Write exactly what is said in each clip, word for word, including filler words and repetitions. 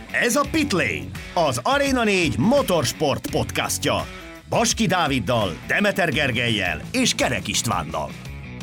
Ez a Pitlane, az Arena négy motorsport podcastja. Baski Dáviddal, Demeter Gergellyel és Kerek Istvánnal.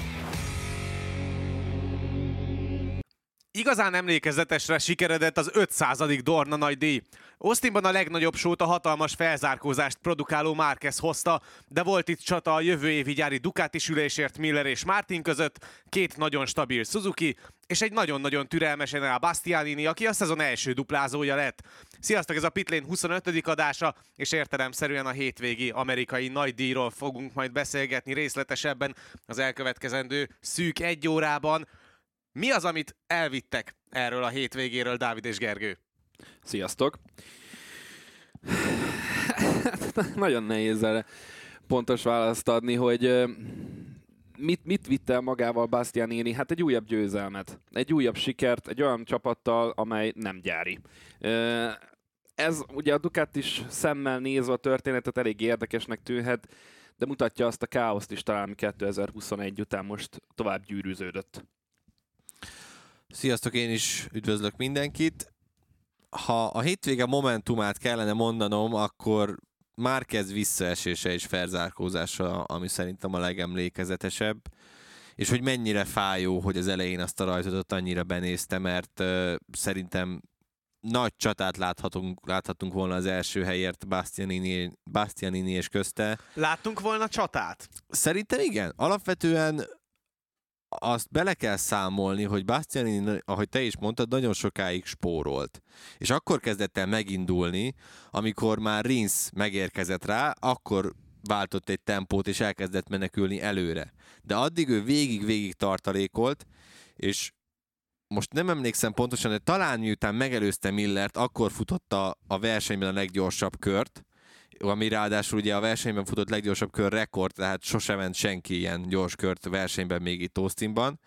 Igazán emlékezetesre sikeredett az ötszázadik Dorna nagydíj. Austinban a legnagyobb sót, a hatalmas felzárkózást produkáló Márquez hozta, de volt itt csata a jövő évi gyári Ducati sülésért Miller és Martin között, két nagyon stabil Suzuki, és egy nagyon-nagyon türelmes Enea Bastianini, aki a szezon első duplázója lett. Sziasztok, ez a Pitlane huszonötödik adása, és értelemszerűen a hétvégi amerikai nagydíjról fogunk majd beszélgetni részletesebben az elkövetkezendő szűk egy órában. Mi az, amit elvittek erről a hétvégéről, Dávid és Gergő? Sziasztok! Nagyon nehéz erre pontos választ adni, hogy mit, mit vitte el magával Bastianini? Hát egy újabb győzelmet, egy újabb sikert, egy olyan csapattal, amely nem gyári. Ez ugye a Ducatis szemmel nézve a történetet elég érdekesnek tűnhet, de mutatja azt a káoszt is talán kétezer-huszonegy után most tovább gyűrűződött. Sziasztok, én is üdvözlök mindenkit. Ha a hétvége momentumát kellene mondanom, akkor Márquez visszaesése és felzárkózása, ami szerintem a legemlékezetesebb, és hogy mennyire fájó, hogy az elején azt a rajtot ott annyira benézte, mert uh, szerintem nagy csatát láthatunk, láthatunk volna az első helyért Bastianini, Bastianini és közte. Láttunk volna csatát? Szerintem igen. Alapvetően azt bele kell számolni, hogy Bastianini, ahogy te is mondtad, nagyon sokáig spórolt. És akkor kezdett el megindulni, amikor már Rins megérkezett rá, akkor váltott egy tempót, és elkezdett menekülni előre. De addig ő végig-végig tartalékolt, és most nem emlékszem pontosan, de talán miután megelőzte Millert, akkor futotta a versenyben a leggyorsabb kört, ami ráadásul ugye a versenyben futott leggyorsabb kör rekord, tehát sose ment senki ilyen gyors kört versenyben még itt Austinban.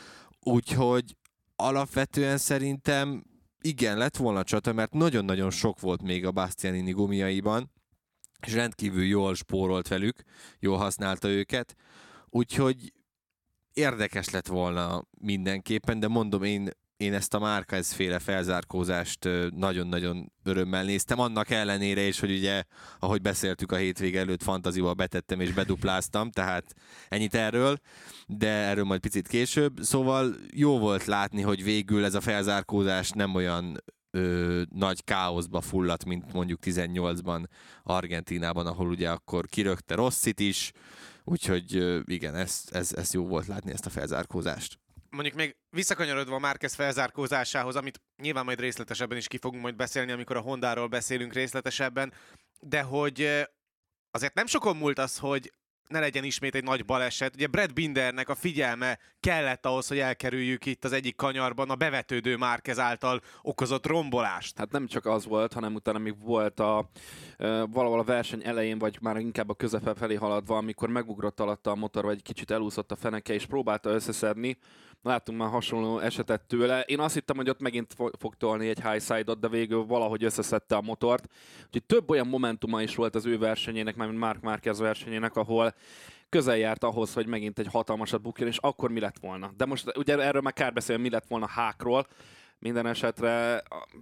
Úgyhogy alapvetően szerintem igen, lett volna csata, mert nagyon-nagyon sok volt még a Bastianini gumiaiban, és rendkívül jól spórolt velük, jól használta őket, úgyhogy érdekes lett volna mindenképpen, de mondom, én Én ezt a Márquez féle felzárkózást nagyon-nagyon örömmel néztem, annak ellenére is, hogy ugye, ahogy beszéltük a hétvége előtt, fantazival betettem és bedupláztam, tehát ennyit erről, de erről majd picit később. Szóval jó volt látni, hogy végül ez a felzárkózás nem olyan ö, nagy káoszba fulladt, mint mondjuk tizennyolcban Argentínában, ahol ugye akkor kirögte Rossit is, úgyhogy ö, igen, ez, ez, ez jó volt látni ezt a felzárkózást. Mondjuk még visszakanyarodva a Márquez felzárkózásához, amit nyilván majd részletesebben is ki fogunk majd beszélni, amikor a Hondáról beszélünk részletesebben, de hogy azért nem sokon múlt az, hogy ne legyen ismét egy nagy baleset. Ugye Brad Bindernek a figyelme kellett ahhoz, hogy elkerüljük itt az egyik kanyarban a bevetődő Márquez által okozott rombolást. Hát nem csak az volt, hanem utána még volt a e, valahol a verseny elején, vagy már inkább a közepe felé haladva, amikor megugrott alatta a motor, vagy egy kicsit elúszott a feneke, és próbálta összeszedni. Láttunk már hasonló esetet tőle. Én azt hittem, hogy ott megint fog tolni egy high side-ot, de végül valahogy összeszedte a motort. Úgyhogy több olyan momentuma is volt az ő versenyének, mint Marc Márquez versenyének, ahol közel járt ahhoz, hogy megint egy hatalmasat bukjon, és akkor mi lett volna. De most ugye erről már kár beszélni, mi lett volna hákról. Minden esetre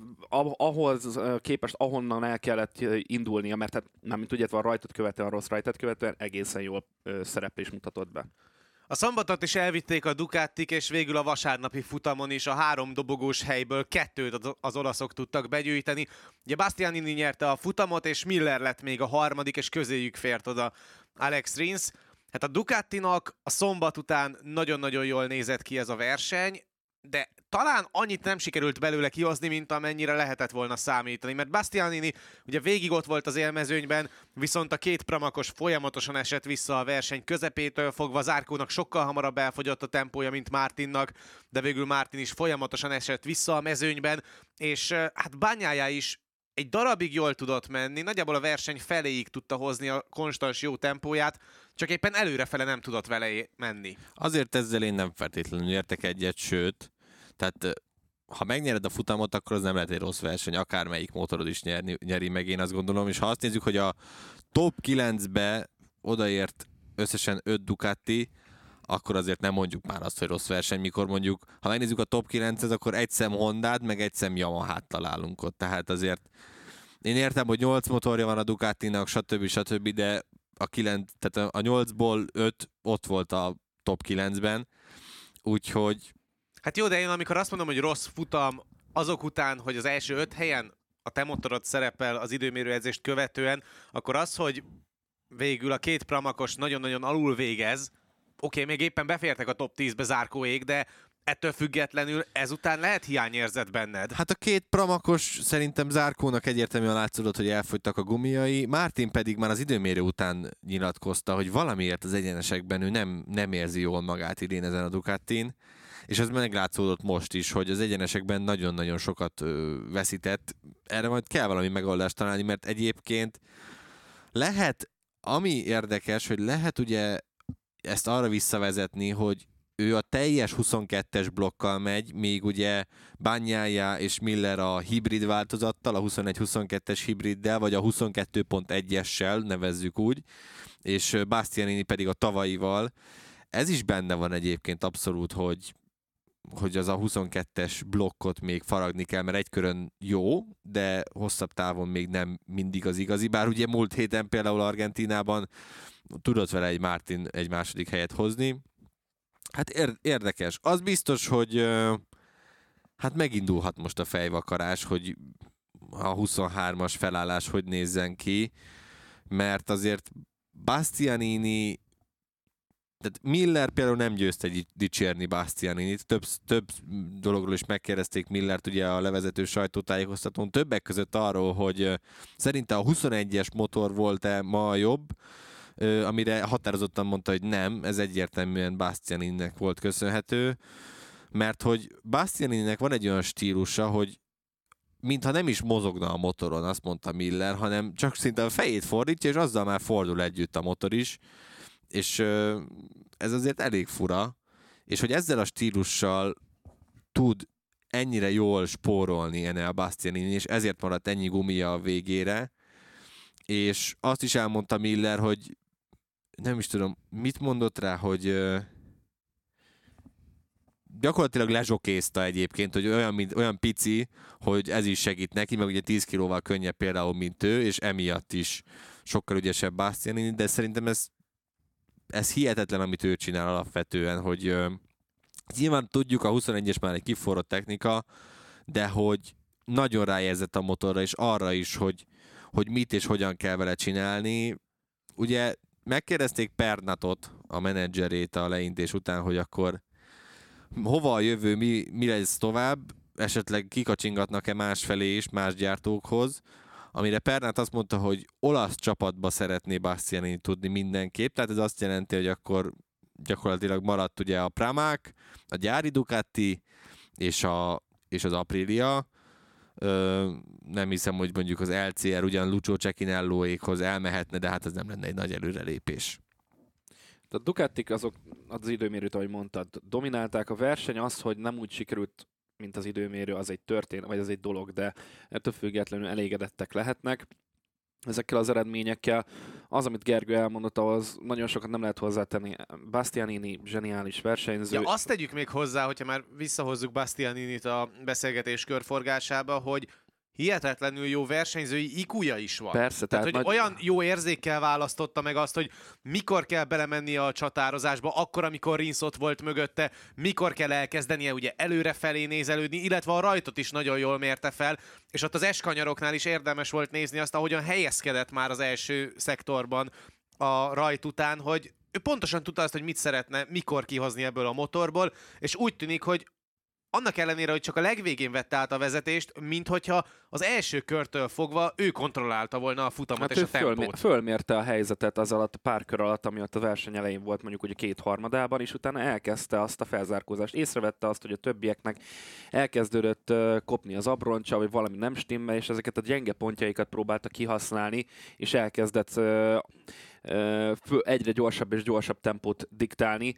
ahhoz képest, ahonnan el kellett indulnia, mert hát, nem, mint tudjátok, a rajtot követően, a rossz rajtot követően egészen jól szereplés mutatott be. A szombatot is elvitték a Ducatik, és végül a vasárnapi futamon is a három dobogós helyből kettőt az olaszok tudtak begyűjteni. Ugye Bastianini nyerte a futamot, és Miller lett még a harmadik, és közéjük fért oda Alex Rins. Hát a Ducatinak a szombat után nagyon-nagyon jól nézett ki ez a verseny, de talán annyit nem sikerült belőle kihozni, mint amennyire lehetett volna számítani, mert Bastianini ugye végig ott volt az élmezőnyben, viszont a két pramakos folyamatosan esett vissza a verseny közepétől fogva, Zarcónak sokkal hamarabb elfogyott a tempója, mint Martinnak, de végül Martin is folyamatosan esett vissza a mezőnyben, és hát Bagnaia is egy darabig jól tudott menni, nagyjából a verseny feléig tudta hozni a konstans jó tempóját, csak éppen előrefele nem tudott vele menni. Azért ezzel én nem feltétlenül értek egyet, sőt, tehát ha megnyered a futamot, akkor az nem lehet egy rossz verseny, akármelyik motorod is nyerni, nyeri meg, én azt gondolom, és ha azt nézzük, hogy a top kilencbe odaért összesen öt Ducati, akkor azért nem mondjuk már azt, hogy rossz verseny, mikor mondjuk, ha megnézzük a top kilencet, akkor egy szem Hondát, meg egy szem Yamahát találunk ott. Tehát azért én értem, hogy nyolc motorja van a Ducatinak, stb. stb., de a, kilenc, tehát a nyolcból öt ott volt a top kilencben, úgyhogy... Hát jó, de én amikor azt mondom, hogy rossz futam, azok után, hogy az első öt helyen a te motorod szerepel az időmérőedzést követően, akkor az, hogy végül a két pramakos nagyon-nagyon alul végez, oké, okay, még éppen befértek a top tízbe zárkóék, de ettől függetlenül ezután lehet hiányérzet benned. Hát a két pramakos szerintem Zárkónak egyértelműen látszódott, hogy elfogytak a gumiai, Martin pedig már az időmérő után nyilatkozta, hogy valamiért az egyenesekben ő nem, nem érzi jól magát idén ezen a Ducatin, és ez meglátszódott most is, hogy az egyenesekben nagyon-nagyon sokat ö, veszített. Erre majd kell valami megoldást találni, mert egyébként lehet, ami érdekes, hogy lehet ugye ezt arra visszavezetni, hogy ő a teljes huszonkettes blokkal megy, még ugye Bagnaia és Miller a hibrid változattal, a huszonegy huszonkettes hibriddel, vagy a huszonkettő pont egyessel, nevezzük úgy, és Bastianini pedig a tavalyival. Ez is benne van egyébként abszolút, hogy, hogy az a huszonkettes blokkot még faragni kell, mert egy körön jó, de hosszabb távon még nem mindig az igazi. Bár ugye múlt héten például Argentínában tudott vele egy Martin egy második helyet hozni. Hát érdekes. Az biztos, hogy hát megindulhat most a fejvakarás, hogy a huszonhármas felállás hogy nézzen ki, mert azért Bastianini, tehát Miller például nem győzte dicsérni Bastianinit, több, több dologról is megkérdezték Millert ugye a levezető sajtótájékoztatón, többek között arról, hogy szerinte a huszonegyes motor volt-e ma jobb, amire határozottan mondta, hogy nem, ez egyértelműen Bastianininek volt köszönhető, mert hogy Bastianininek van egy olyan stílusa, hogy mintha nem is mozogna a motoron, azt mondta Miller, hanem csak szinte a fejét fordítja, és azzal már fordul együtt a motor is, és ez azért elég fura, és hogy ezzel a stílussal tud ennyire jól spórolni Enea Bastianini, és ezért maradt ennyi gumia a végére, és azt is elmondta Miller, hogy nem is tudom, mit mondott rá, hogy uh, gyakorlatilag lezsokézta egyébként, hogy olyan, mint, olyan pici, hogy ez is segít neki, meg ugye tíz kilóval könnyebb például, mint ő, és emiatt is sokkal ügyesebb Bastianini, de szerintem ez, ez hihetetlen, amit ő csinál alapvetően, hogy uh, nyilván tudjuk, a huszonegyes már egy kiforrott technika, de hogy nagyon ráérzett a motorra, és arra is, hogy, hogy mit és hogyan kell vele csinálni. Ugye megkérdezték Pernatot, a menedzserét a leintés után, hogy akkor hova a jövő, mi, mi lesz tovább, esetleg kikacsingatnak-e másfelé is, más gyártókhoz, amire Pernat azt mondta, hogy olasz csapatba szeretné Bastianini tudni mindenképp, tehát ez azt jelenti, hogy akkor gyakorlatilag maradt ugye a Pramac, a gyári Ducati és, a, és az Aprilia. Ö, nem hiszem, hogy mondjuk az el cé er ugyan Lucio Cecchinelloékhoz elmehetne, de hát ez nem lenne egy nagy előrelépés. A Ducatik azok az időmérőt, ahogy mondtad, dominálták a verseny, az, hogy nem úgy sikerült, mint az időmérő, az egy történet, vagy az egy dolog, de ettől függetlenül elégedettek lehetnek ezekkel az eredményekkel. Az, amit Gergő elmondott, ahhoz nagyon sokat nem lehet hozzátenni. Bastianini zseniális versenyző. Ja, azt tegyük még hozzá, hogyha már visszahozzuk Bastianinit a beszélgetés körforgásába, hogy hihetetlenül jó versenyzői í kúja is van. Persze, tehát, tehát hogy nagy... olyan jó érzékkel választotta meg azt, hogy mikor kell belemennie a csatározásba, akkor, amikor Rins ott volt mögötte, mikor kell elkezdenie ugye előrefelé nézelődni, illetve a rajtot is nagyon jól mérte fel, és ott az eskanyaroknál is érdemes volt nézni azt, ahogyan helyezkedett már az első szektorban a rajt után, hogy ő pontosan tudta azt, hogy mit szeretne, mikor kihozni ebből a motorból, és úgy tűnik, hogy annak ellenére, hogy csak a legvégén vette át a vezetést, minthogyha az első körtől fogva ő kontrollálta volna a futamot hát és a tempót. Fölmér, fölmérte a helyzetet az alatt a pár kör alatt, ami ott a verseny elején volt mondjuk ugye két harmadában, és utána elkezdte azt a felzárkózást. Észrevette azt, hogy a többieknek elkezdődött uh, kopni az abroncsa, vagy valami nem stimmel, és ezeket a gyenge pontjaikat próbálta kihasználni, és elkezdett uh, uh, egyre gyorsabb és gyorsabb tempót diktálni,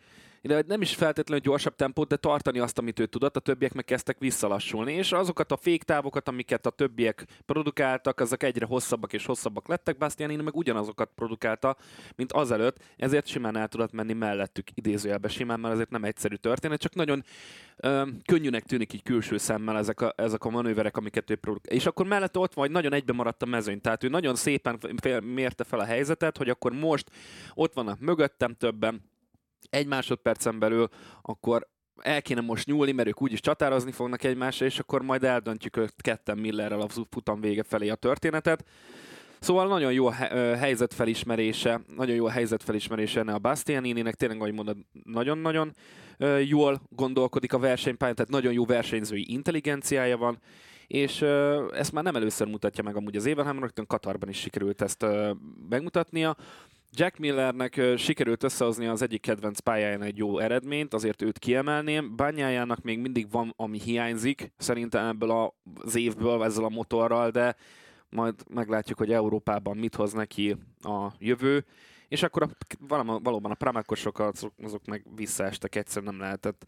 de nem is feltétlenül gyorsabb tempót, de tartani azt, amit ő tudott, a többiek meg kezdtek visszalassulni, és azokat a féktávokat, amiket a többiek produkáltak, azok egyre hosszabbak és hosszabbak lettek, Bastianini meg ugyanazokat produkálta, mint azelőtt, ezért simán el tudott menni mellettük, idézőjelben simán, mert azért nem egyszerű történet, csak nagyon ö, könnyűnek tűnik így külső szemmel ezek a, ezek a manőverek, amiket ő produkál. És akkor mellette ott vagy nagyon egybe maradt a mezőny, tehát ő nagyon szépen mérte fel a helyzetet, hogy akkor most ott vannak mögöttem többen, egy másodpercen belül, akkor el kéne most nyúlni, mert ők úgyis csatározni fognak egymásra, és akkor majd eldöntjük őt ketten Millerrel a futam vége felé a történetet. Szóval nagyon jó a helyzetfelismerése, nagyon jó a helyzetfelismerése enne a Bastianininek, tényleg, ahogy mondod, nagyon-nagyon jól gondolkodik a versenypályán, tehát nagyon jó versenyzői intelligenciája van, és ezt már nem először mutatja meg amúgy az éven, hanem rögtön Katarban is sikerült ezt megmutatnia. Jack Millernek sikerült összehoznia az egyik kedvenc pályáján egy jó eredményt, azért őt kiemelném. Bagnajának még mindig van, ami hiányzik, szerintem ebből az évből ezzel a motorral, de majd meglátjuk, hogy Európában mit hoz neki a jövő. És akkor a, valóban a pramakosok azok, azok meg visszaestek, egyszerűen nem lehetett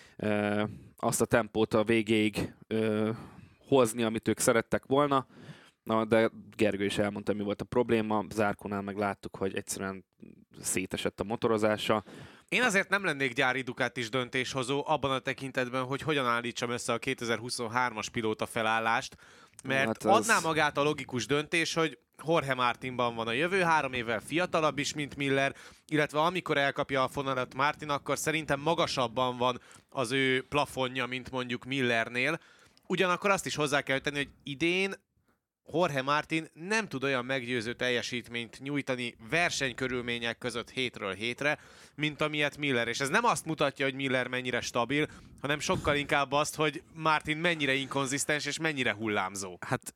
e, azt a tempót a végéig e, hozni, amit ők szerettek volna. Na, de Gergő is elmondta, mi volt a probléma. Zarcónál meg láttuk, hogy egyszerűen szétesett a motorozása. Én azért nem lennék gyári Ducatis döntéshozó abban a tekintetben, hogy hogyan állítsam össze a kétezer-huszonhármas pilóta felállást, mert hát az... adná magát a logikus döntés, hogy Jorge Martinban van a jövő, három évvel fiatalabb is, mint Miller, illetve amikor elkapja a fonalat Martin, akkor szerintem magasabban van az ő plafonja, mint mondjuk Millernél. Ugyanakkor azt is hozzá kell tenni, hogy idén Jorge Martin nem tud olyan meggyőző teljesítményt nyújtani versenykörülmények között hétről hétre, mint amilyet Miller. És ez nem azt mutatja, hogy Miller mennyire stabil, hanem sokkal inkább azt, hogy Martin mennyire inkonzisztens és mennyire hullámzó. Hát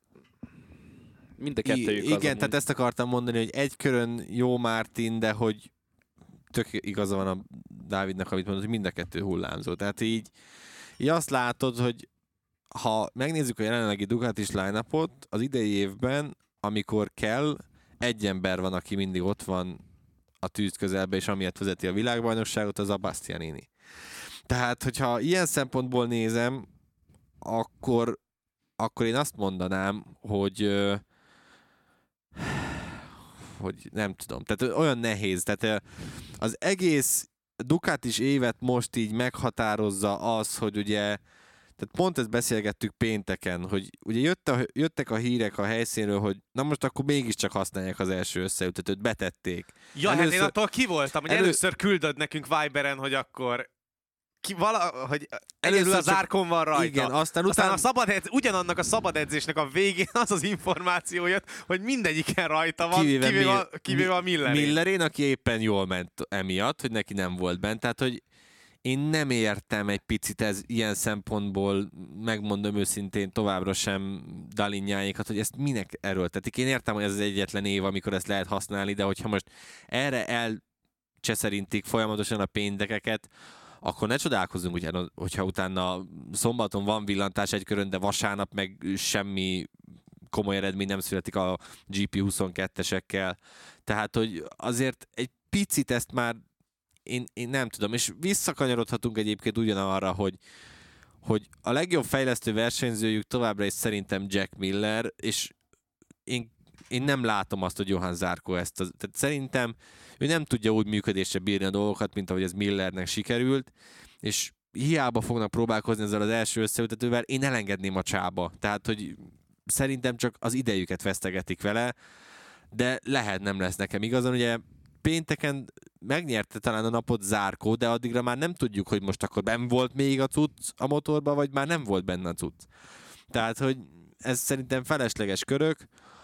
mind a kettőjük I- az Igen, amúgy. tehát ezt akartam mondani, hogy egy körön jó Martin, de hogy tök igaza van a Dávidnak, amit mondott, hogy mind a kettő hullámzó. Tehát így, így azt látod, hogy ha megnézzük a jelenlegi Ducatis line-upot, az idei évben, amikor kell, egy ember van, aki mindig ott van a tűz közelbe, és amiatt vezeti a világbajnokságot, az a Bastianini. Tehát, hogyha ilyen szempontból nézem, akkor, akkor én azt mondanám, hogy hogy nem tudom, tehát olyan nehéz. Tehát az egész Ducatis évet most így meghatározza az, hogy ugye tehát pont ezt beszélgettük pénteken, hogy ugye jött a, jöttek a hírek a helyszínről, hogy na most akkor mégiscsak használják az első összeütetőt, betették. Ja, először, hát én attól ki voltam, hogy elő... először küldöd nekünk Viberen, hogy akkor ki, vala, hogy először a Zarcón van rajta. Igen, aztán, aztán után... a szabad edz, ugyanannak a szabad edzésnek a végén az az információ jött, hogy mindegyiken rajta van, kivéve, kivéve, a, kivéve a Millerén. Millerén, aki éppen jól ment emiatt, hogy neki nem volt bent. Tehát, hogy én nem értem egy picit ez ilyen szempontból, megmondom őszintén továbbra sem Dalinjáékat, hogy ezt minek erőltetik. Én értem, hogy ez az egyetlen év, amikor ezt lehet használni, de hogyha most erre elcseszerintik folyamatosan a péntekeket, akkor ne csodálkozzunk, hogyha, hogyha utána szombaton van villantás egy körön, de vasárnap meg semmi komoly eredmény nem születik a gé pé huszonkettőesekkel. Tehát, hogy azért egy picit ezt már Én, én nem tudom, és visszakanyarodhatunk egyébként ugyanarra, hogy, hogy a legjobb fejlesztő versenyzőjük továbbra is szerintem Jack Miller, és én, én nem látom azt, hogy Johann Zarco ezt. Az, tehát szerintem ő nem tudja úgy működésre bírni a dolgokat, mint ahogy ez Millernek sikerült, és hiába fognak próbálkozni ezzel az első összeütetővel, én elengedném a csába. Tehát, hogy szerintem csak az idejüket vesztegetik vele, de lehet nem lesz nekem igazán, ugye pénteken megnyerte talán a napot Zarco, de addigra már nem tudjuk, hogy most akkor benn volt még a cucc a motorba, vagy már nem volt benne a cucc. Tehát, hogy ez szerintem felesleges körök,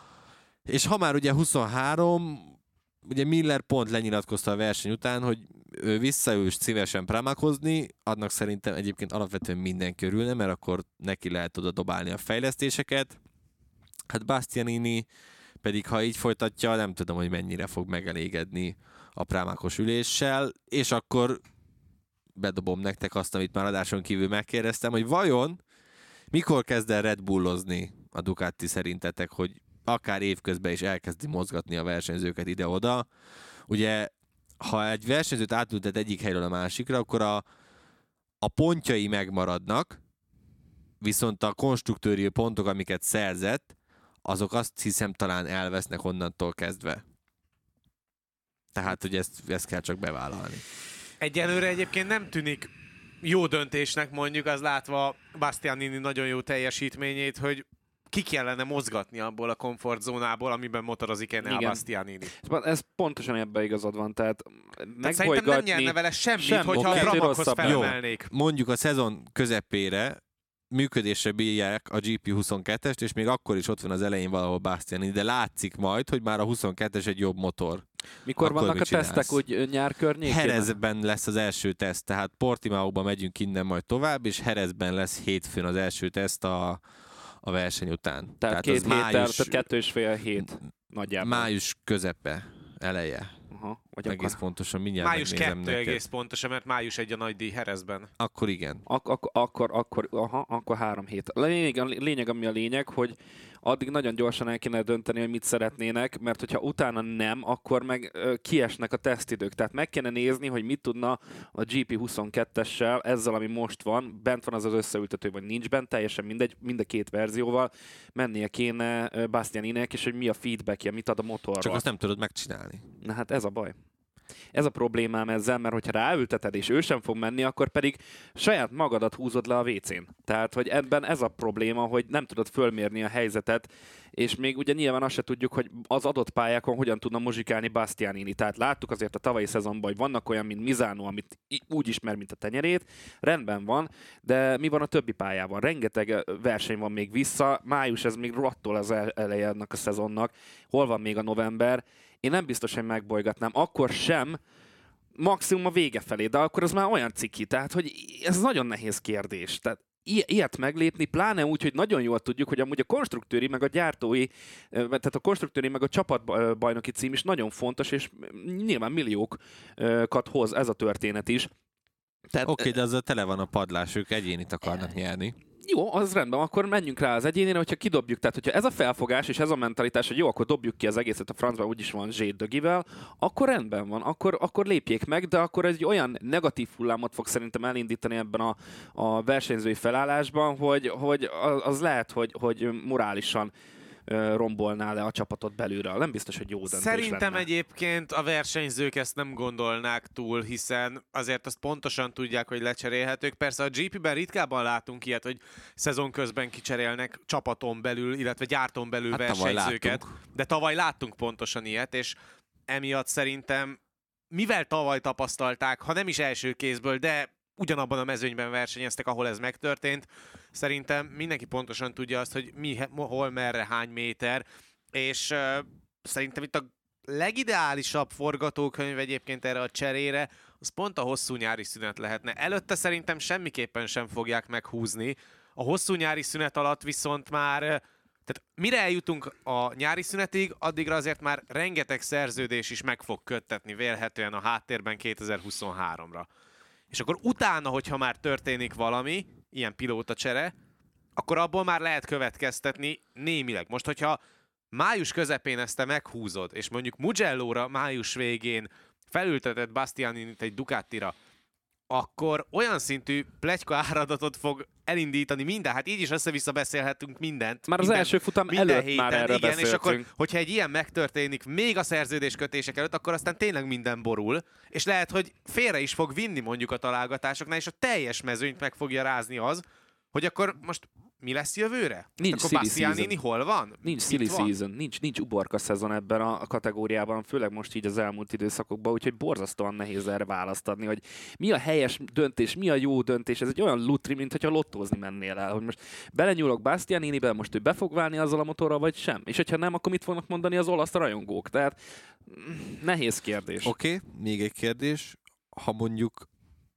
és ha már ugye huszonhárom, ugye Miller pont lenyilatkozta a verseny után, hogy ő visszaül szívesen pramakozni, annak szerintem egyébként alapvetően minden körülne, mert akkor neki lehet oda dobálni a fejlesztéseket. Hát Bastianini pedig ha így folytatja, nem tudom, hogy mennyire fog megelégedni a prámákos üléssel, és akkor bedobom nektek azt, amit már adáson kívül megkérdeztem, hogy vajon mikor kezd el Red Bullozni a Ducati szerintetek, hogy akár évközben is elkezdi mozgatni a versenyzőket ide-oda. Ugye ha egy versenyzőt átültet egyik helyről a másikra, akkor a, a pontjai megmaradnak, viszont a konstruktőri pontok, amiket szerzett, azok azt hiszem talán elvesznek onnantól kezdve. Tehát, hogy ezt, ezt kell csak bevállalni. Egyelőre egyébként nem tűnik jó döntésnek, mondjuk az látva Bastianini nagyon jó teljesítményét, hogy ki kellene mozgatni abból a komfortzónából, amiben motorozik Enea Bastianini. Ez pontosan ebben igazad van, tehát megbolygatni... Szerintem nem nyerne vele semmit, sem, hogyha a Brabhamhoz felemelnék. Jó, mondjuk a szezon közepére működésre bírják a gé pé huszonkettest, és még akkor is ott van az elején valahol Bastianini, de látszik majd, hogy már a huszonkettes egy jobb motor. Mikor akkor vannak a csinálsz? Tesztek úgy nyár környékén? Jerezben lesz az első teszt, tehát Portimaóba megyünk innen majd tovább, és Jerezben lesz hétfőn az első teszt a, a verseny után. Tehát, tehát két héttel, május, tehát kettő és fél hét nagyjából. Május közepe, eleje. Aha, vagy egész akkor... pontosan, mindjárt május megnézem kettő neked. Egész pontosan, mert május egy a nagy díj Jerezben. Akkor igen. Ak- ak- akkor, akkor, aha, akkor három hét. Lényeg, lényeg, ami a lényeg, hogy addig nagyon gyorsan el kéne dönteni, hogy mit szeretnének, mert hogyha utána nem, akkor meg ö, kiesnek a tesztidők. Tehát meg kéne nézni, hogy mit tudna a gé pé huszonkettessel, ezzel, ami most van, bent van az az összeültető, vagy nincs bent, teljesen mindegy, mind a két verzióval, mennie kéne Bastianinek, és hogy mi a feedbackje, mit ad a motorról. Csak azt nem tudod megcsinálni. Na hát ez a baj. Ez a problémám ezzel, mert hogyha ráülteted, és ő sem fog menni, akkor pedig saját magadat húzod le a vécén. Tehát, hogy ebben ez a probléma, hogy nem tudod fölmérni a helyzetet, és még ugye nyilván azt se tudjuk, hogy az adott pályákon hogyan tudna muzsikálni Bastianini. Tehát láttuk azért a tavalyi szezonban, hogy vannak olyan, mint Misano, amit úgy ismer, mint a tenyerét, rendben van, de mi van a többi pályában? Rengeteg verseny van még vissza, május ez még rottól az eleje ennek a szezonnak, hol van még a november? Én nem biztos, hogy megbolygatnám. Akkor sem, maximum a vége felé, de akkor az már olyan ciki. Tehát, hogy ez nagyon nehéz kérdés. Tehát ilyet meglépni, pláne úgy, hogy nagyon jól tudjuk, hogy amúgy a konstruktőri, meg a gyártói, tehát a konstruktőri, meg a csapatbajnoki cím is nagyon fontos, és nyilván milliókat hoz ez a történet is. Oké, okay, de azzal tele van a padlás, ők egyénit akarnak nyerni. Jó, az rendben, akkor menjünk rá az egyénére, hogyha kidobjuk. Tehát, hogyha ez a felfogás és ez a mentalitás, hogy jó, akkor dobjuk ki az egészet a francba, úgyis van zsétdögivel, akkor rendben van, akkor, akkor lépjék meg, de akkor egy olyan negatív hullámot fog szerintem elindítani ebben a, a versenyzői felállásban, hogy, hogy az lehet, hogy, hogy morálisan rombolná le a csapatot belülről. Nem biztos, hogy jó döntés Szerintem lenne. Egyébként a versenyzők ezt nem gondolnák túl, hiszen azért azt pontosan tudják, hogy lecserélhetők. Persze a gé pében ritkában látunk ilyet, hogy szezon közben kicserélnek csapaton belül, illetve gyárton belül hát versenyzőket. Tavaly de tavaly láttunk pontosan ilyet, és emiatt szerintem, mivel tavaly tapasztalták, ha nem is első kézből, de ugyanabban a mezőnyben versenyeztek, ahol ez megtörtént. Szerintem mindenki pontosan tudja azt, hogy mi, hol, merre, hány méter, és uh, szerintem itt a legideálisabb forgatókönyv egyébként erre a cserére, az pont a hosszú nyári szünet lehetne. Előtte szerintem semmiképpen sem fogják meghúzni. A hosszú nyári szünet alatt viszont már, tehát mire eljutunk a nyári szünetig, addigra azért már rengeteg szerződés is meg fog köttetni vélhetően a háttérben kétezer-huszonháromra. És akkor utána, hogyha már történik valami, ilyen pilótacsere, akkor abból már lehet következtetni némileg. Most, hogyha május közepén ezt te meghúzod, és mondjuk Mugello-ra május végén felültetett Bastianinit egy Ducatira, akkor olyan szintű pletyka áradatot fog elindítani minden, hát így is össze-vissza beszélhetünk mindent. Már az minden, első futam előtt héten, már erről igen, beszéltünk. És akkor, hogyha egy ilyen megtörténik még a szerződéskötések előtt, akkor aztán tényleg minden borul, és lehet, hogy félre is fog vinni mondjuk a találgatásoknál, és a teljes mezőnyt meg fogja rázni az, hogy akkor most mi lesz jövőre? Nincs akkor Bastianini hol van? Nincs silly season, nincs, nincs uborka szezon ebben a kategóriában, főleg most így az elmúlt időszakokban, úgyhogy borzasztóan nehéz erre választ adni, hogy mi a helyes döntés, mi a jó döntés. Ez egy olyan lutri, mint hogyha lottózni mennél el, hogy most belenyúlok Bastianinibe, most ő be fog válni azzal a motorral, vagy sem. És hogyha nem, akkor mit fognak mondani az olasz rajongók? Tehát nehéz kérdés. Oké, okay, még egy kérdés. Ha mondjuk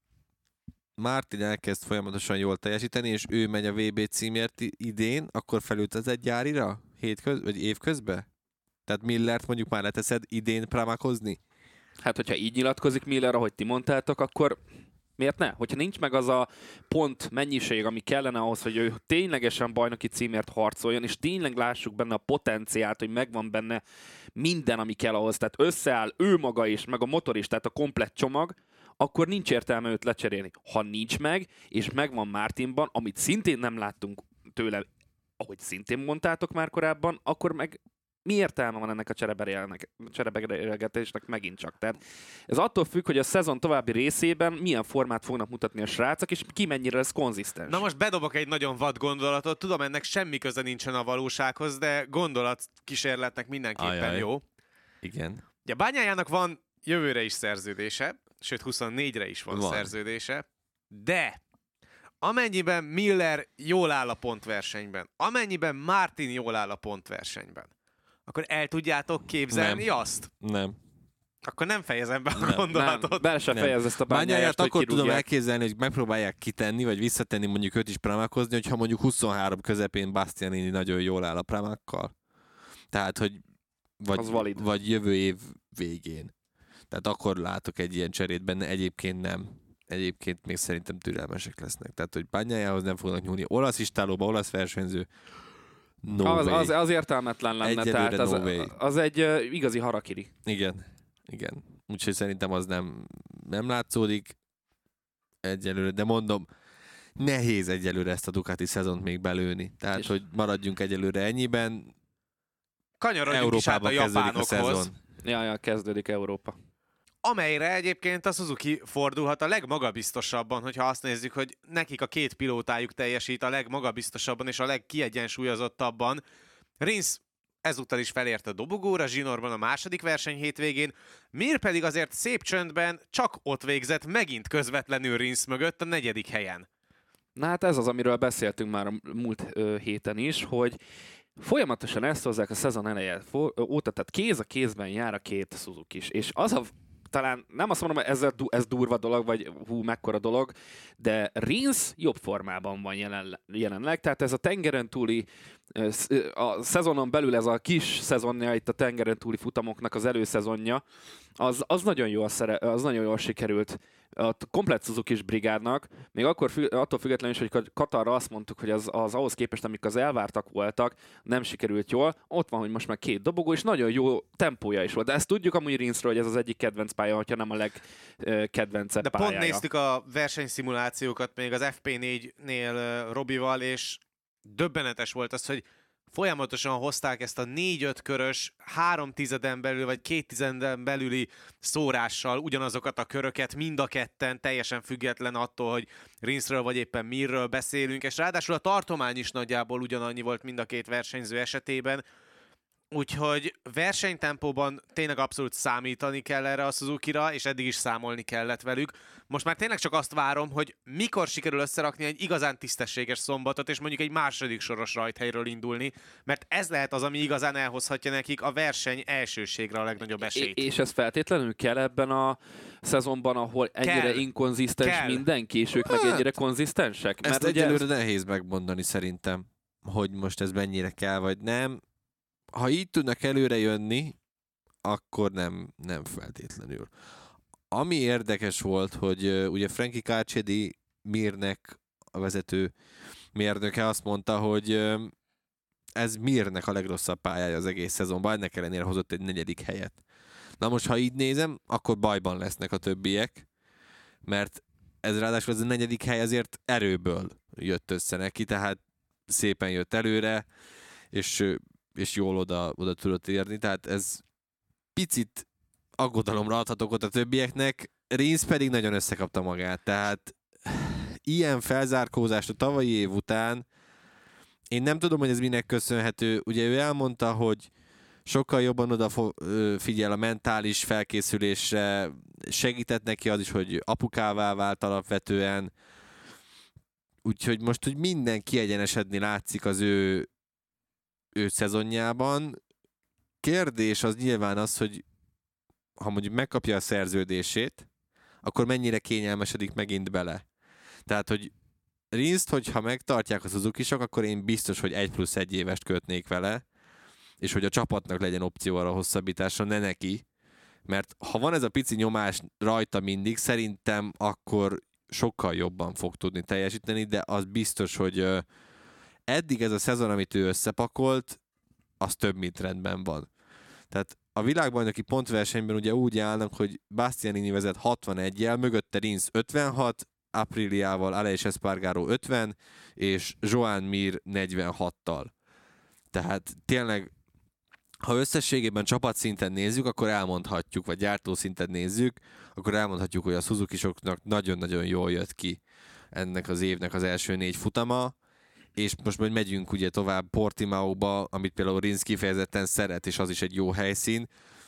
Martin elkezd folyamatosan jól teljesíteni, és ő megy a vé bé címért idén, akkor felült az egy gyárira? Hétköz, vagy évközben? Tehát Millert mondjuk már leteszed idén prámákozni? Hát, hogyha így nyilatkozik Miller, ahogy ti mondtátok, akkor Miért ne? Hogyha nincs meg az a pont mennyiség, ami kellene ahhoz, hogy ő ténylegesen bajnoki címért harcoljon, és tényleg lássuk benne a potenciált, hogy megvan benne minden, ami kell ahhoz, tehát összeáll ő maga is, meg a motor is, tehát a komplett csomag, akkor nincs értelme őt lecserélni. Ha nincs meg, és megvan Martinban, amit szintén nem láttunk tőle, ahogy szintén mondtátok már korábban, akkor meg mi értelme van ennek a csereberélgetésnek megint csak? Tehát ez attól függ, hogy a szezon további részében milyen formát fognak mutatni a srácok, és ki mennyire lesz konzisztens. Na most bedobok egy nagyon vad gondolatot, tudom, ennek semmi köze nincsen a valósághoz, de gondolatkísérletnek mindenképpen Ajaj. jó. Igen. Ugye Bagnajának van jövőre is szerződése, sőt huszonnégyre is van, Van. szerződése, de amennyiben Miller jól áll a pontversenyben, amennyiben Martin jól áll a pontversenyben, akkor el tudjátok képzelni Nem. azt? Nem. Akkor nem fejezem be a Nem. gondolatot. Nem, bele se Nem. fejez ezt a Bányáját bányáját, hogy akkor tudom kirúgják. elképzelni, hogy megpróbálják kitenni, vagy visszatenni mondjuk őt is prámákozni, hogyha mondjuk huszonhárom közepén Bastianini nagyon jól áll a prámákkal. Tehát, hogy vagy, Az valid. vagy jövő év végén. Tehát akkor látok egy ilyen cserét benne, egyébként nem. Egyébként még szerintem türelmesek lesznek. Tehát, hogy Bányájához nem fognak nyúlni. Olasz istálóba, olasz versenyző. No az, way. az, az értelmetlen lenne, Egyelőre tehát az, no way. az egy uh, igazi harakiri. Igen, igen. Úgyhogy szerintem az nem, nem látszódik egyelőre, de mondom, nehéz egyelőre ezt a Ducati szezont még belőni. Tehát, És- hogy maradjunk egyelőre ennyiben. Kanyarodjunk is át a Európában kezdődik a japánokhoz, szezon. Ja, ja, kezdődik Európa. amelyre egyébként a Suzuki fordulhat a legmagabiztosabban, hogyha azt nézzük, hogy nekik a két pilótájuk teljesít a legmagabiztosabban és a legkiegyensúlyozottabban. Rins ezúttal is felért a dobogóra, zsinórban a második verseny hétvégén, Mir pedig azért szép csöndben csak ott végzett megint közvetlenül Rins mögött a negyedik helyen. Na hát ez az, amiről beszéltünk már a múlt ö, héten is, hogy folyamatosan ezt hozzák a szezon eleje fo- óta, tehát kéz a kézben jár a két Suzuki is. És az a, talán nem azt mondom, hogy ez, a, du- ez durva dolog, vagy hú, mekkora dolog, de Rins jobb formában van jelen, jelenleg, tehát ez a tengeren túli, ö, sz- ö, a szezonon belül ez a kis szezonja, itt a tengeren túli futamoknak az előszezonja, az, az, nagyon jól szere, az nagyon jól sikerült a komplett Suzuki-s brigádnak, még akkor fü- attól függetlenül is, hogy Katarra azt mondtuk, hogy az, az ahhoz képest, amik az elvártak voltak, nem sikerült jól. Ott van, hogy most már két dobogó, és nagyon jó tempója is volt. De ezt tudjuk amúgy Rinsről, hogy ez az egyik kedvenc pálya, hogyha nem a legkedvencebb De pályája. pont néztük a versenyszimulációkat még az ef pé négynél uh, Robival, és döbbenetes volt az, hogy folyamatosan hozták ezt a négy-öt körös, három tizeden belül, vagy két tizeden belüli szórással ugyanazokat a köröket, mind a ketten, teljesen független attól, hogy Rinsről vagy éppen Mirről beszélünk, és ráadásul a tartomány is nagyjából ugyanannyi volt mind a két versenyző esetében, úgyhogy versenytempóban tényleg abszolút számítani kell erre a Suzuki-ra, és eddig is számolni kellett velük. Most már tényleg csak azt várom, hogy mikor sikerül összerakni egy igazán tisztességes szombatot, és mondjuk egy második soros rajthelyről indulni, mert ez lehet az, ami igazán elhozhatja nekik a verseny elsőségre a legnagyobb esélyt. És ez feltétlenül kell ebben a szezonban, ahol ennyire Kell. inkonzisztens Kell. mindenki, és ők meg Hát, ennyire konzisztensek? Ezt ugye egyelőre nehéz megmondani szerintem, hogy most ez mennyire kell, vagy nem. Ha így tudnak előre jönni, akkor nem, nem feltétlenül. Ami érdekes volt, hogy uh, ugye Frankie Carcedi Mirnek a vezető mérnöke azt mondta, hogy uh, ez Mirnek a legrosszabb pályája az egész szezonban, ennek ellenére hozott egy negyedik helyet. Na most, ha így nézem, akkor bajban lesznek a többiek, mert ez ráadásul ez a negyedik hely azért erőből jött össze neki, tehát szépen jött előre, és, és jól oda, oda tudott érni, tehát ez picit aggodalomra adhatok ott a többieknek, Rins pedig nagyon összekapta magát, tehát ilyen felzárkózást a tavalyi év után, én nem tudom, hogy ez minek köszönhető, ugye ő elmondta, hogy sokkal jobban odafigyel a mentális felkészülésre, segített neki az is, hogy apukává vált alapvetően, úgyhogy most, hogy minden kiegyenesedni látszik az ő, ő szezonjában. Kérdés az nyilván az, hogy ha mondjuk megkapja a szerződését, akkor mennyire kényelmesedik megint bele. Tehát, hogy Rinst, hogyha megtartják a Suzuki-sok, akkor én biztos, hogy egy plusz egy évest kötnék vele, és hogy a csapatnak legyen opció arra hosszabbításra, ne neki. Mert ha van ez a pici nyomás rajta mindig, szerintem akkor sokkal jobban fog tudni teljesíteni, de az biztos, hogy eddig ez a szezon, amit ő összepakolt, az több, mint rendben van. Tehát a világbajnoki pontversenyben ugye úgy állnak, hogy Bastianini vezet hatvaneggyel, mögötte Rins ötvenhat, Apriliával Aleix Espargaró ötven, és Joan Mir negyvenhattal. Tehát tényleg, ha összességében csapatszinten nézzük, akkor elmondhatjuk, vagy gyártószinten nézzük, akkor elmondhatjuk, hogy a Suzuki-soknak nagyon-nagyon jól jött ki ennek az évnek az első négy futama, és most majd megyünk ugye tovább Portimaóba, amit például Rins kifejezetten szeret, és az is egy jó helyszín.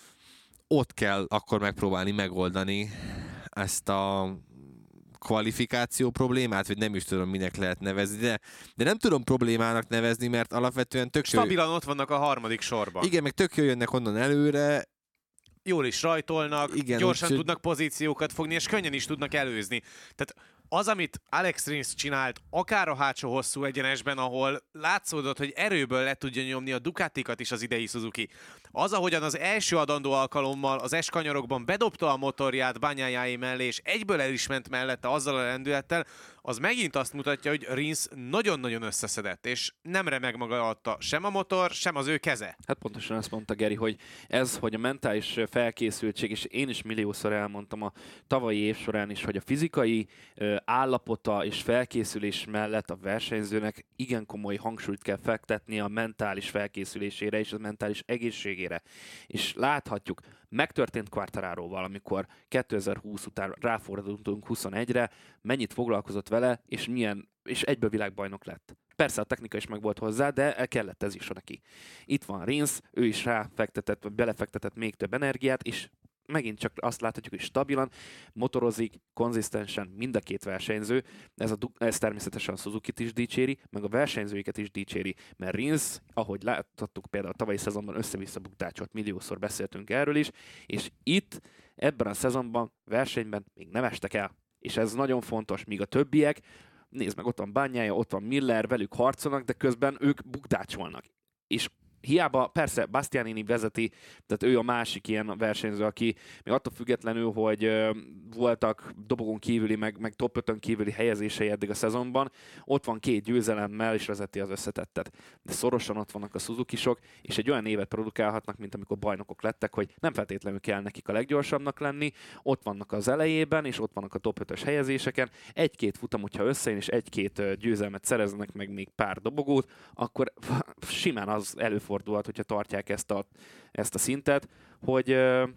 Ott kell akkor megpróbálni megoldani ezt a kvalifikáció problémát, vagy nem is tudom, minek lehet nevezni, de, de nem tudom problémának nevezni, mert alapvetően tök jó... Stabilan ott vannak a harmadik sorban. Igen, meg tök jól jönnek onnan előre. Jól is rajtolnak, igen, gyorsan úgy, tudnak pozíciókat fogni, és könnyen is tudnak előzni. Tehát az, amit Alex Rins csinált, akár a hátsó hosszú egyenesben, ahol látszódott, hogy erőből le tudja nyomni a Ducatikat is az idei Suzuki. Az, ahogyan az első adandó alkalommal az eskanyarokban bedobta a motorját Bagnaia mellé, és egyből el is ment mellette azzal a lendülettel, az megint azt mutatja, hogy Rins nagyon-nagyon összeszedett, és nem remeg maga adta sem a motor, sem az ő keze. Hát pontosan azt mondta Geri, hogy ez, hogy a mentális felkészültség, és én is milliószor elmondtam a tavalyi év során is, hogy a fizikai állapota és felkészülés mellett a versenyzőnek igen komoly hangsúlyt kell fektetni a mentális felkészülésére és a mentális egészségére. És láthatjuk, megtörtént Quartararóval, amikor kétezer-húsz után ráfordultunk huszonegyre, mennyit foglalkozott vele, és milyen, és egyből világbajnok lett. Persze a technika is meg volt hozzá, de el kellett ez is neki. Itt van Rins, ő is ráfektetett, vagy belefektetett még több energiát, és megint csak azt láthatjuk, hogy stabilan motorozik, konzisztensen mind a két versenyző. Ez, a, ez természetesen a Suzukit is dicséri, meg a versenyzőiket is dicséri, mert Rins, ahogy láthattuk például a tavalyi szezonban össze-vissza buktácsolt, milliószor beszéltünk erről is, és itt ebben a szezonban, versenyben még nem estek el. És ez nagyon fontos, míg a többiek, nézd meg, ott van Bagnaia, ott van Miller, velük harcolnak, de közben ők bukdácsolnak. És hiába, persze Bastianini vezeti, tehát ő a másik ilyen versenyző, aki még attól függetlenül, hogy ö, voltak dobogón kívüli, meg, meg top ötön kívüli helyezései eddig a szezonban, ott van két győzelemmel, és vezeti az összetettet. De szorosan ott vannak a Suzuki-sok, és egy olyan évet produkálhatnak, mint amikor bajnokok lettek, hogy nem feltétlenül kell nekik a leggyorsabbnak lenni, ott vannak az elejében, és ott vannak a top ötös helyezéseken. Egy-két futam, hogyha összejön, és egy-két győzelmet szereznek, meg még pár dobogót, akkor simán az előfordul, fordulhat, hogyha tartják ezt a, ezt a szintet, hogy,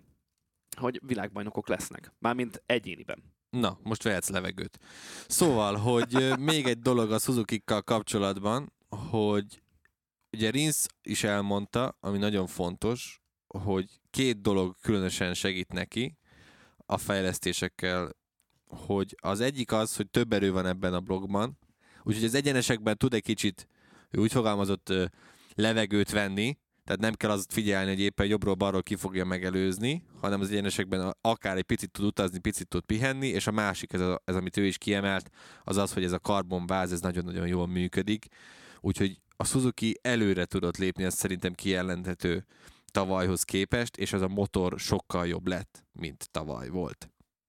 hogy világbajnokok lesznek. Mármint egyéniben. Na, most vehetsz levegőt. Szóval, hogy még egy dolog a Suzuki-kkal kapcsolatban, hogy ugye Rins is elmondta, ami nagyon fontos, hogy két dolog különösen segít neki a fejlesztésekkel, hogy az egyik az, hogy több erő van ebben a blogban, úgyhogy az egyenesekben tud egy kicsit, ő úgy fogalmazott, levegőt venni, tehát nem kell azt figyelni, hogy éppen jobbról-balról ki fogja megelőzni, hanem az egyenesekben akár egy picit tud utazni, picit tud pihenni, és a másik, ez, a, ez amit ő is kiemelt, az az, hogy ez a karbonváz, ez nagyon-nagyon jól működik, úgyhogy a Suzuki előre tudott lépni, ez szerintem kijelenthető tavalyhoz képest, és ez a motor sokkal jobb lett, mint tavaly volt.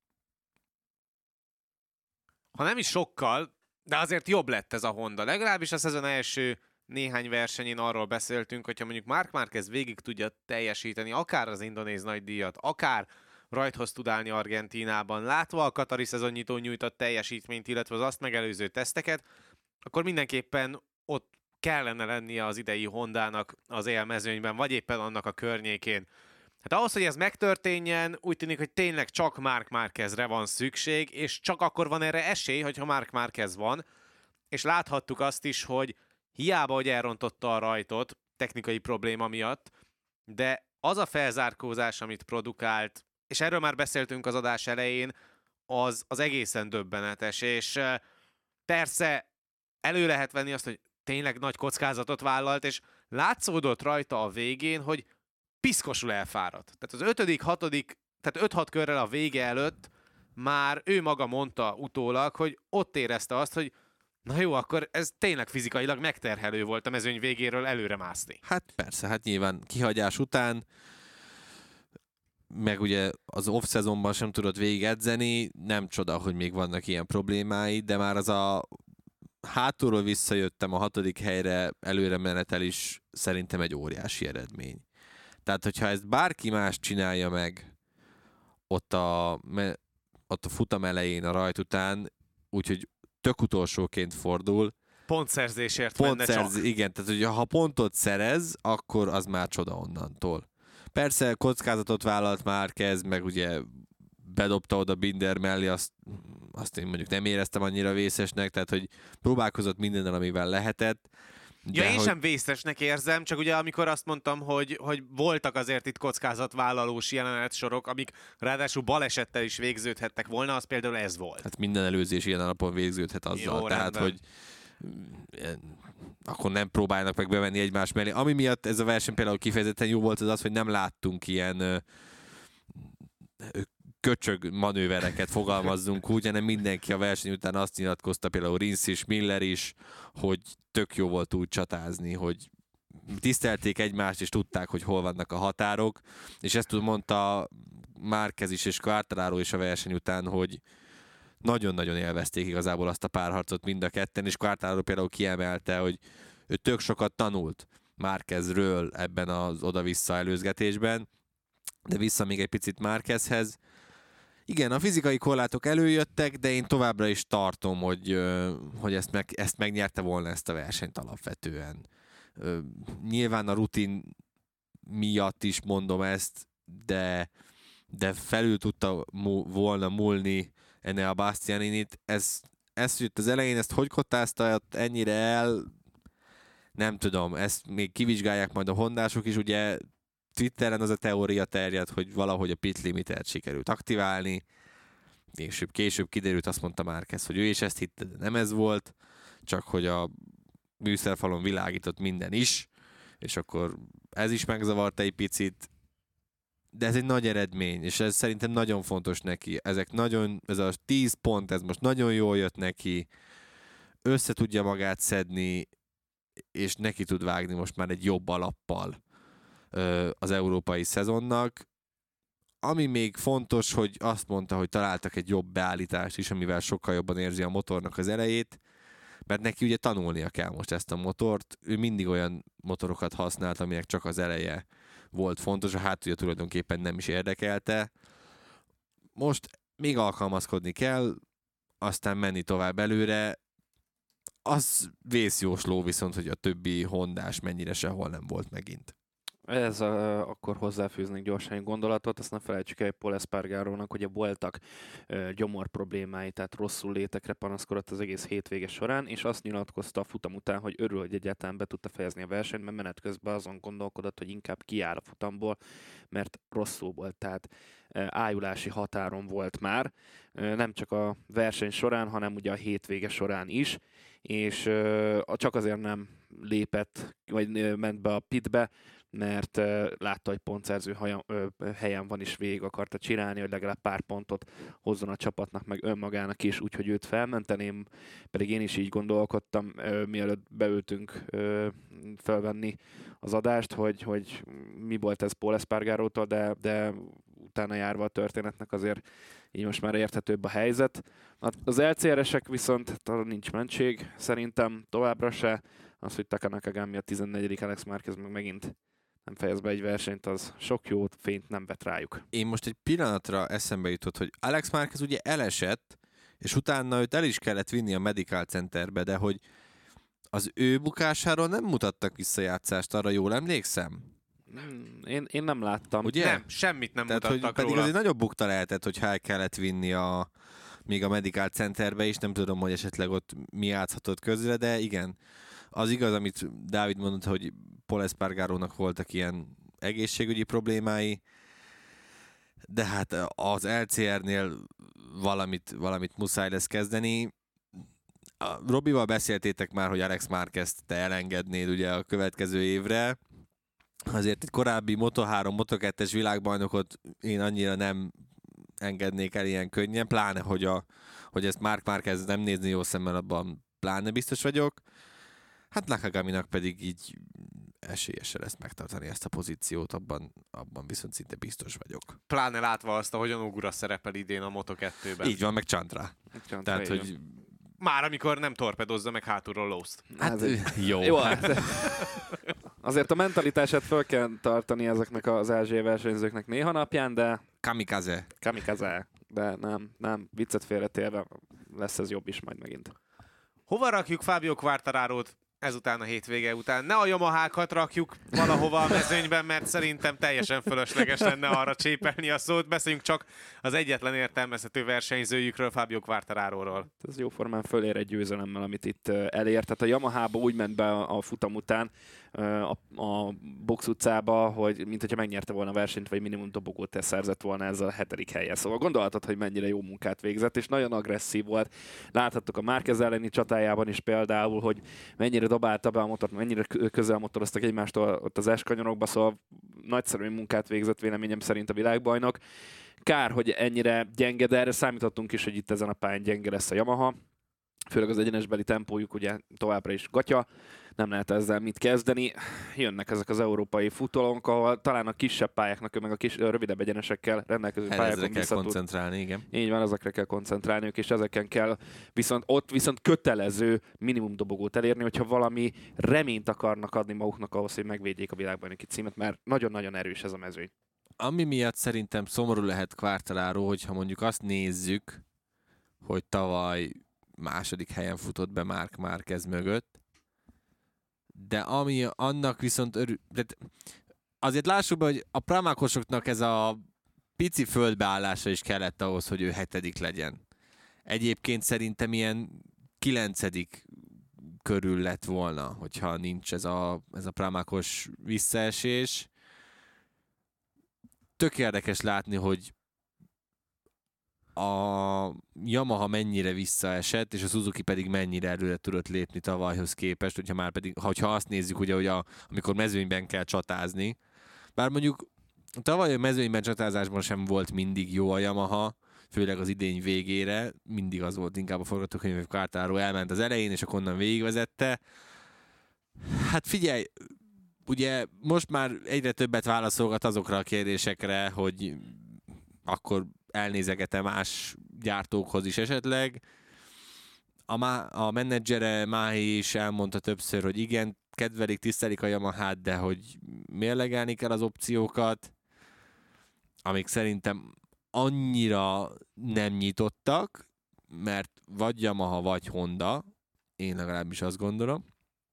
Ha nem is sokkal, de azért jobb lett ez a Honda. Legalábbis a szezon első néhány versenyén arról beszéltünk, hogyha mondjuk Marc Márquez végig tudja teljesíteni akár az indonéz nagydíjat, akár rajthoz tud állni Argentínában, látva a katari szezonnyitó nyújtott teljesítményt, illetve az azt megelőző teszteket, akkor mindenképpen ott kellene lennie az idei Hondának az élmezőnyben, vagy éppen annak a környékén. Hát ahhoz, hogy ez megtörténjen, úgy tűnik, hogy tényleg csak Marc Márquezre van szükség, és csak akkor van erre esély, hogyha Marc Márquez van, és láthattuk azt is, hogy hiába, hogy elrontotta a rajtot technikai probléma miatt, de az a felzárkózás, amit produkált, és erről már beszéltünk az adás elején, az, az egészen döbbenetes, és persze elő lehet venni azt, hogy tényleg nagy kockázatot vállalt, és látszódott rajta a végén, hogy piszkosul elfáradt. Tehát az ötödik, hatodik, tehát öt-hat körrel a vége előtt már ő maga mondta utólag, hogy ott érezte azt, hogy na jó, akkor ez tényleg fizikailag megterhelő volt a mezőny végéről előre mászni. Hát persze, hát nyilván kihagyás után meg ugye az off-szezonban sem tudott végig edzeni, nem csoda, hogy még vannak ilyen problémái, de már az a hátulról visszajöttem a hatodik helyre előre menetel is szerintem egy óriási eredmény. Tehát, hogyha ezt bárki más csinálja meg ott a, ott a futam elején, a rajt után, úgyhogy tök utolsóként fordul. Pontszerzésért Pont menne szerz, csak. Igen, tehát hogy ha pontot szerez, akkor az már csoda onnantól. Persze kockázatot vállalt Márquez, meg ugye bedobta oda Binder mellé, azt, azt én mondjuk nem éreztem annyira vészesnek, tehát hogy próbálkozott mindennel, amivel lehetett. Ja, én hogy... sem vészesnek érzem, csak ugye amikor azt mondtam, hogy, hogy voltak azért itt kockázatvállalós jelenetsorok, amik ráadásul balesettel is végződhettek volna, az például ez volt. Hát minden előzés ilyen alapon végződhet azzal, Jó, tehát rendben. hogy akkor nem próbálnak meg bevenni egymás mellé. Ami miatt ez a verseny például kifejezetten jó volt, az az, hogy nem láttunk ilyen ö, ö, köcsög manővereket, fogalmazzunk úgy, hanem mindenki a verseny után azt nyilatkozta, például Rins is, Miller is, hogy tök jó volt úgy csatázni, hogy tisztelték egymást, és tudták, hogy hol vannak a határok, és ezt mondta Márquez is, és Quartararo is a verseny után, hogy nagyon-nagyon élvezték igazából azt a párharcot mind a ketten, és Quartararo például kiemelte, hogy ő tök sokat tanult Márquezről ebben az oda-vissza előzgetésben, de vissza még egy picit Márquezhez. Igen, a fizikai korlátok előjöttek, de én továbbra is tartom, hogy, hogy ezt, meg, ezt megnyerte volna ezt a versenyt alapvetően. Nyilván a rutin miatt is mondom ezt, de, de felül tudta mu- volna múlni ennél a Bastianinit. Ez, ez, hogy az elején ezt hogy kottázta ennyire el, nem tudom, ezt még kivizsgálják majd a hondások is, ugye Twitteren az a teória terjed, hogy valahogy a pit limitet sikerült aktiválni, és később kiderült, azt mondta Márquez, hogy ő is ezt hitte, de nem ez volt, csak hogy a műszerfalon világított minden is, és akkor ez is megzavarta egy picit, de ez egy nagy eredmény, és ez szerintem nagyon fontos neki. Ezek nagyon, ez a tíz pont, ez most nagyon jól jött neki, össze tudja magát szedni, és neki tud vágni most már egy jobb alappal az európai szezonnak. Ami még fontos, hogy azt mondta, hogy találtak egy jobb beállítást is, amivel sokkal jobban érzi a motornak az elejét, mert neki ugye tanulnia kell most ezt a motort. Ő mindig olyan motorokat használt, aminek csak az eleje volt fontos, a hátulja tulajdonképpen nem is érdekelte. Most még alkalmazkodni kell, aztán menni tovább előre. Az vészjósló viszont, hogy a többi hondás mennyire sehol nem volt megint. Ez a, akkor hozzáfűznék gyorsan egy gondolatot, azt ne felejtsük el Pol Espargarónak, hogy voltak ö, gyomor problémái, tehát rosszul létekre panaszkodott az egész hétvége során, és azt nyilatkozta a futam után, hogy örül, hogy egyáltalán be tudta fejezni a versenyt, mert menet közben azon gondolkodott, hogy inkább kiáll a futamból, mert rosszul volt, tehát ö, ájulási határon volt már, ö, nem csak a verseny során, hanem ugye a hétvége során is, és ö, csak azért nem lépett, vagy ö, ment be a pitbe, mert uh, látta, hogy pontszerző haja, ö, helyen van, és végig akarta csinálni, hogy legalább pár pontot hozzon a csapatnak, meg önmagának is, úgyhogy őt felmenteném, pedig én is így gondolkodtam, ö, mielőtt beültünk ö, felvenni az adást, hogy, hogy mi volt ez Pol Espargarótól, de, de utána járva a történetnek azért így most már érthetőbb a helyzet. Az el cé er-esek viszont arra nincs mentség, szerintem továbbra se. Az, hogy Taka Nakagami a tizennegyedik Alex Márquez meg megint nem fejez be egy versenyt, az sok jó fényt nem vet rájuk. Én most egy pillanatra eszembe jutott, hogy Alex Márquez ugye elesett, és utána őt el is kellett vinni a Medical Centerbe, de hogy az ő bukásáról nem mutattak visszajátszást, arra jól emlékszem? Én, én nem láttam. Ugye? Nem, semmit nem Tehát, mutattak hogy pedig róla. az egy nagyobb bukta lehetett, hogy el kellett vinni a, még a Medical Centerbe is, nem tudom, hogy esetleg ott mi játszhatott közre, de igen. Az igaz, amit Dávid mondott, hogy Pol Espargarónak voltak ilyen egészségügyi problémái, de hát az el cé er-nél valamit, valamit muszáj lesz kezdeni. A Robival beszéltétek már, hogy Alex Márquezt te elengednéd ugye a következő évre. Azért egy korábbi Moto három, Moto kettes világbajnokot én annyira nem engednék el ilyen könnyen, pláne, hogy, a, hogy ezt Marc Márquez nem nézni jó szemmel, abban pláne biztos vagyok. Hát Nakagaminak pedig így esélyese lesz megtartani ezt a pozíciót, abban, abban viszont szinte biztos vagyok. Pláne látva azt, ahogyan Ogura szerepel idén a Moto kettőben. Így van, meg Chandra. Chandra, Tehát, hogy... Már amikor nem torpedozza meg hátulról Lowe's-t. Hát, Ez jó. jó hát. Azért a mentalitását föl kell tartani ezeknek az ázsiai versenyzőknek néha napján, de... Kamikaze. Kamikaze. De nem, nem, viccet félretélve lesz ez jobb is majd megint. Hova rakjuk Fabio Quartararót ezután a hétvége után? Ne a Yamahákat rakjuk valahova a mezőnyben, mert szerintem teljesen fölösleges lenne arra csépelni a szót. Beszéljünk csak az egyetlen értelmezhető versenyzőjükről, Fabio Quartararóról. Ez jóformán fölér egy győzelemmel, amit itt elért. Tehát a Yamahába úgy ment be a futam után a, a box utcába, hogy mint hogyha megnyerte volna a versenyt, vagy minimum dobogót szerzett volna ezzel a hetedik helyen. Szóval gondolhatod, hogy mennyire jó munkát végzett, és nagyon agresszív volt. Láthattuk a Márquez elleni csatájában is például, hogy mennyire dobálta be a motort, mennyire közel motoroztak egymástól ott az eskanyarokba, szóval nagyszerű munkát végzett véleményem szerint a világbajnok. Kár, hogy ennyire gyenge, de erre számítottunk is, hogy itt ezen a pályán gyenge lesz a Yamaha. Főleg az egyenesbeli tempójuk ugye továbbra is gatya, nem lehet ezzel mit kezdeni. Jönnek ezek az európai futólók, ahol talán a kisebb pályáknak, meg a kis, a rövidebb egyenesekkel rendelkező pályákon ezekre kell koncentrálni, igen. Így van, ezekre kell koncentrálniuk, és ezeken kell viszont ott viszont kötelező minimum dobogót elérni, hogyha valami reményt akarnak adni maguknak ahhoz, hogy megvédjék a világbajnoki címet, mert nagyon-nagyon erős ez a mezőny. Ami miatt szerintem szomorú lehet Quartararo, hogyha mondjuk azt nézzük, hogy tavaly második helyen futott be Marc Márquez mögött, de ami annak viszont örül... De azért lássuk be, hogy a pramákosoknak ez a pici földbeállása is kellett ahhoz, hogy ő hetedik legyen. Egyébként szerintem ilyen kilencedik körül lett volna, hogyha nincs ez a, ez a pramákos visszaesés. Tök érdekes látni, hogy a Yamaha mennyire visszaesett, és a Suzuki pedig mennyire előre tudott lépni tavalyhoz képest, hogyha már pedig, ha azt nézzük, ugye, hogy a, amikor mezőnyben kell csatázni. Bár mondjuk tavaly a mezőnyben csatázásban sem volt mindig jó a Yamaha, főleg az idény végére, mindig az volt inkább a forgatókönyv, hogy Quartararo elment az elején, és akkor onnan végigvezette. Hát figyelj, ugye most már egyre többet válaszolgat azokra a kérdésekre, hogy akkor elnézegete más gyártókhoz is esetleg. A, má- a menedzsere Máhi is elmondta többször, hogy igen, kedvelik, tisztelik a Yamahát, de hogy mérlegelni kell az opciókat, amik szerintem annyira nem nyitottak, mert vagy Yamaha, vagy Honda, én legalábbis azt gondolom,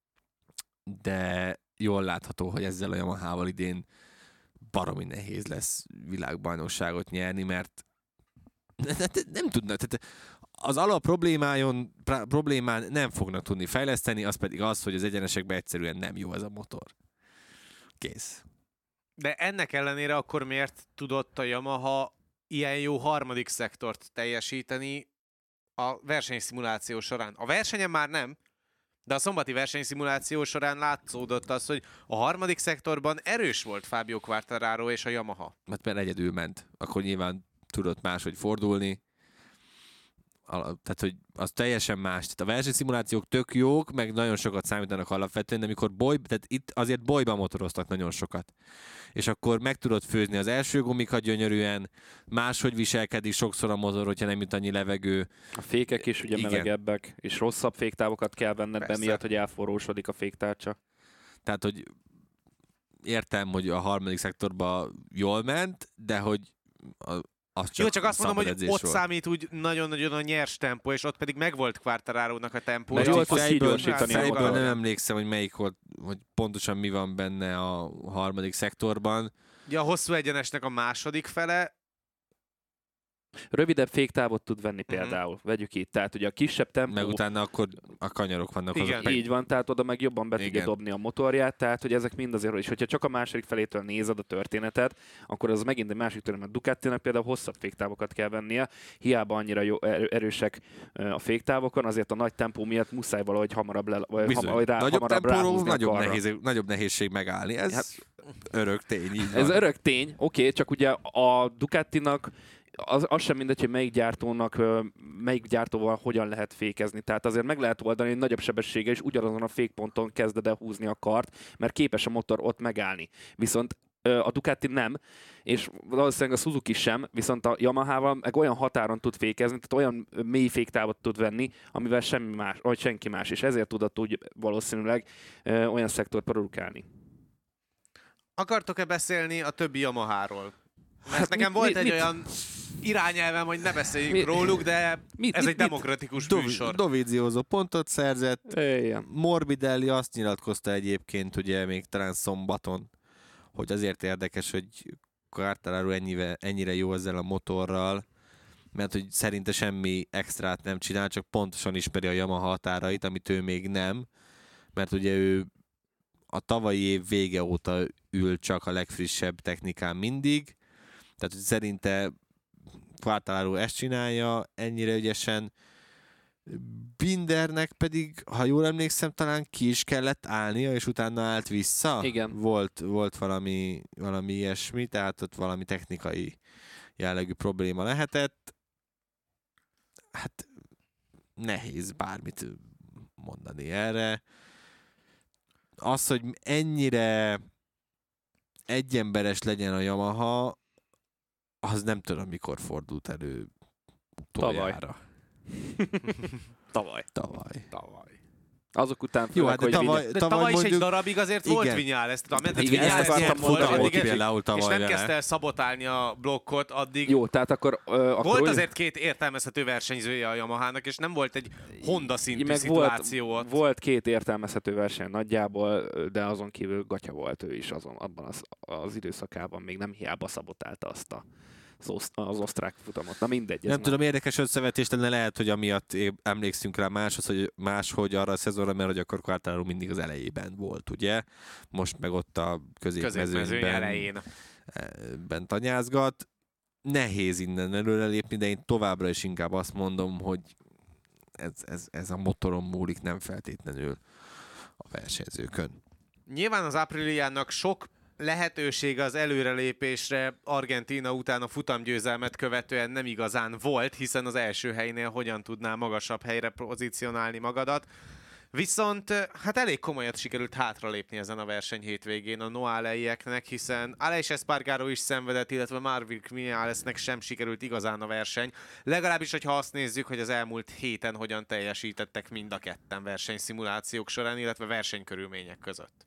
de jól látható, hogy ezzel a Yamahával idén baromi nehéz lesz világbajnokságot nyerni, mert nem tudnak, tehát az alap problémájon, problémán nem fognak tudni fejleszteni, az pedig az, hogy az egyenesekben egyszerűen nem jó ez a motor. Kész. De ennek ellenére akkor miért tudott a Yamaha ilyen jó harmadik szektort teljesíteni a versenyszimuláció során? A versenyen már nem, de a szombati versenyszimuláció során látszódott az, hogy a harmadik szektorban erős volt Fabio Quartararo és a Yamaha. Mert mert egyedül ment, akkor nyilván tudott máshogy fordulni. Tehát, hogy az teljesen más. Tehát a versenyszimulációk tök jók, meg nagyon sokat számítanak alapvetően, de amikor boly, tehát itt azért bolyban motoroztak nagyon sokat. És akkor meg tudod főzni az első gumikat gyönyörűen, máshogy viselkedik sokszor a motor, hogyha nem jut annyi levegő. A fékek is ugye igen. melegebbek, és rosszabb féktávokat kell venned be miatt, hogy elforrósodik a féktárcsa. Tehát, hogy értem, hogy a harmadik szektorban jól ment, de hogy a Az csak Jó, csak azt mondom, hogy ott volt. számít úgy nagyon-nagyon a nyers tempó, és ott pedig megvolt Quartararónak a tempó. Mert jól tudsz fejből, kigyorsítani a fejből motort. nem emlékszem, hogy melyik volt, hogy pontosan mi van benne a harmadik szektorban. Ja, a hosszú egyenesnek a második fele. Rövidebb féktávot tud venni például, uh-huh. vegyük itt. Tehát ugye a kisebb tempó... Meg utána akkor a kanyarok vannak. Igen. Azok meg... Így van, tehát oda meg jobban be tudja Igen. dobni a motorját, tehát hogy ezek mind azért, és hogyha csak a második felétől nézed a történetet, akkor az megint egy másik történet. Ducatinak például hosszabb féktávokat kell vennie, hiába annyira jó, erősek a féktávokon, azért a nagy tempó miatt muszáj valahogy hamarabb, le, vagy hamarabb rá, nagyobb hamarabb tempóról nagyobb, arra. nehéz, nagyobb nehézség megállni. Ez hát, örök tény. Így ez van. örök tény, oké, okay, csak ugye a Ducatinak az, az sem mindegy, hogy melyik gyártónak, melyik gyártóval hogyan lehet fékezni. Tehát azért meg lehet oldani, hogy nagyobb sebessége és ugyanazon a fékponton kezded el húzni a kart, mert képes a motor ott megállni. Viszont a Ducati nem, és valószínűleg a Suzuki sem, viszont a Yamahával meg olyan határon tud fékezni, tehát olyan mély féktávot tud venni, amivel semmi más, vagy senki más, és ezért tudott úgy valószínűleg olyan szektort produkálni. Akartok-e beszélni a többi Yamaháról? Mert Hát nekem mit, volt mit, egy mit? olyan irányelvem, hogy ne beszéljünk Mi- róluk, de Mit, ez mit, egy demokratikus Dovi- műsor. Dovizioso pontot szerzett, Igen. Morbidelli azt nyilatkozta egyébként, ugye még talán szombaton, hogy azért érdekes, hogy Quartararo ennyire, ennyire jó ezzel a motorral, mert hogy szerinte semmi extrát nem csinál, csak pontosan ismeri a Yamaha határait, amit ő még nem, mert ugye ő a tavalyi év vége óta ül csak a legfrissebb technikán mindig, tehát hogy szerinte Quartararo ezt csinálja ennyire ügyesen, Bindernek pedig, ha jól emlékszem, talán ki is kellett állnia, és utána állt vissza. Igen. Volt, volt valami, valami ilyesmi, tehát ott valami technikai jellegű probléma lehetett. Hát nehéz bármit mondani erre. Az, hogy ennyire egyemberes legyen a Yamaha, az nem tudom, mikor fordult elő utoljára. Tavaly. Tavaly. Tavaly. Azok után Jó, főleg, hát de hogy tavaly, Vinyales- De tavaly, tavaly is egy mondjuk, darabig azért igen. volt Vinyales. Ameddig Igen, Vinyales ezt akartam nyert mondani, volt, volt addig, például és tavaly nem vele. kezdte el szabotálni a blokkot, addig Jó, tehát akkor... Ö, akkor volt úgy- azért két értelmezhető versenyzője a Yamahának, és nem volt egy Honda szintű meg szituáció volt, ott. volt két értelmezhető verseny nagyjából, de azon kívül gatya volt ő is azon, abban az, az időszakában, még nem hiába szabotálta azt a, az, oszt, az osztrák futamot. Na mindegy. ez Nem már- tudom, érdekes összevetés lenne, lehet, hogy amiatt é- emlékszünk rá máshoz, hogy máshogy arra a szezonra, mert hogy akkor Quartararo mindig az elejében volt, ugye? Most meg ott a középmezőny középmezőnyben elején. ben tanyázgat. Nehéz innen előrelépni, de én továbbra is inkább azt mondom, hogy ez, ez, ez a motoron múlik, nem feltétlenül a versenyzőkön. Nyilván az Apriliának sok lehetősége az előrelépésre Argentína után a futamgyőzelmet követően nem igazán volt, hiszen az első helynél hogyan tudnál magasabb helyre pozícionálni magadat. Viszont hát elég komolyat sikerült hátralépni ezen a verseny hétvégén a Noaleieknek, hiszen Aleix Espargaro is szenvedett, illetve Maverick Viñalesnek sem sikerült igazán a verseny. Legalábbis, hogyha azt nézzük, hogy az elmúlt héten hogyan teljesítettek mind a ketten versenyszimulációk során, illetve versenykörülmények között.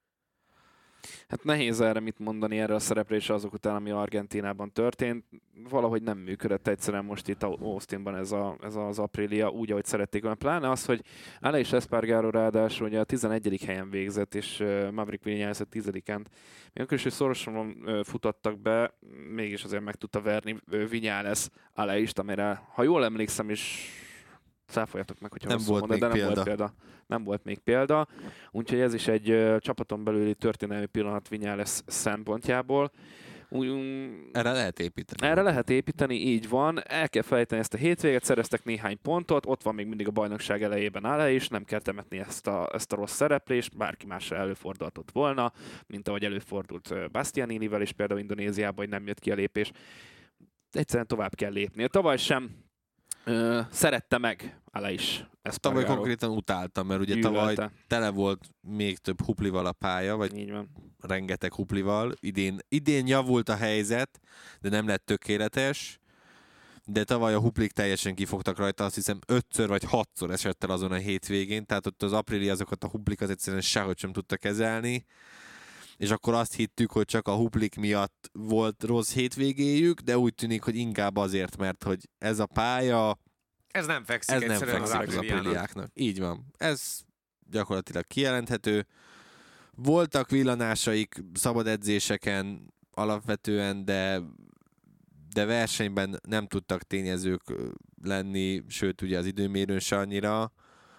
Hát nehéz erre mit mondani erre a szereplésre azok után, ami Argentínában történt. Valahogy nem működött egyszerűen most itt Austinban ez, a, ez az Aprilia úgy, ahogy szerették volna. Pláne az, hogy Aleix Espargaro ráadásul ugye a tizenegyedik helyen végzett, és uh, Maverick Viñales a tizediken. Még akkor is, hogy szorosan uh, futottak be, mégis azért meg tudta verni uh, Viñales Aleix-t, amire, ha jól emlékszem is, száfoljatok meg, hogyha Nem rosszul volt mondod, még de nem példa. volt példa. Nem volt még példa, úgyhogy ez is egy uh, csapaton belüli történelmi pillanat Viñales szempontjából. Úgy, um, Erre lehet építeni. erre lehet építeni, így van. El kell fejteni ezt a hétvéget, szereztek néhány pontot, ott van még mindig a bajnokság elejében áll, és nem kell temetni ezt a, ezt a rossz szereplést, bárki másra előfordulhatott volna, mint ahogy előfordult uh, Bastianinivel is például Indonéziában, hogy nem jött ki a lépés. Egyszerűen tovább kell lépni. Tavaly sem uh, szerette meg Aleix Espargaro. Tavaly konkrétan utáltam, mert ugye Gyűlölte. tavaly tele volt még több huplival a pálya, vagy Így van. rengeteg huplival. Idén, idén javult a helyzet, de nem lett tökéletes. De tavaly a huplik teljesen kifogtak rajta, azt hiszem ötször vagy hatszor esett el azon a hétvégén, tehát ott az Aprilia azokat a huplik az egyszerűen sehogy sem tudta kezelni. És akkor azt hittük, hogy csak a huplik miatt volt rossz hétvégéjük, de úgy tűnik, hogy inkább azért, mert hogy ez a pálya, Ez nem fekszik ez nem egyszerűen fekszik az Apriliának. Apriliáknak. Így van. Ez gyakorlatilag kijelenthető. Voltak villanásaik szabad edzéseken alapvetően, de, de versenyben nem tudtak tényezők lenni, sőt ugye az időmérőn se annyira.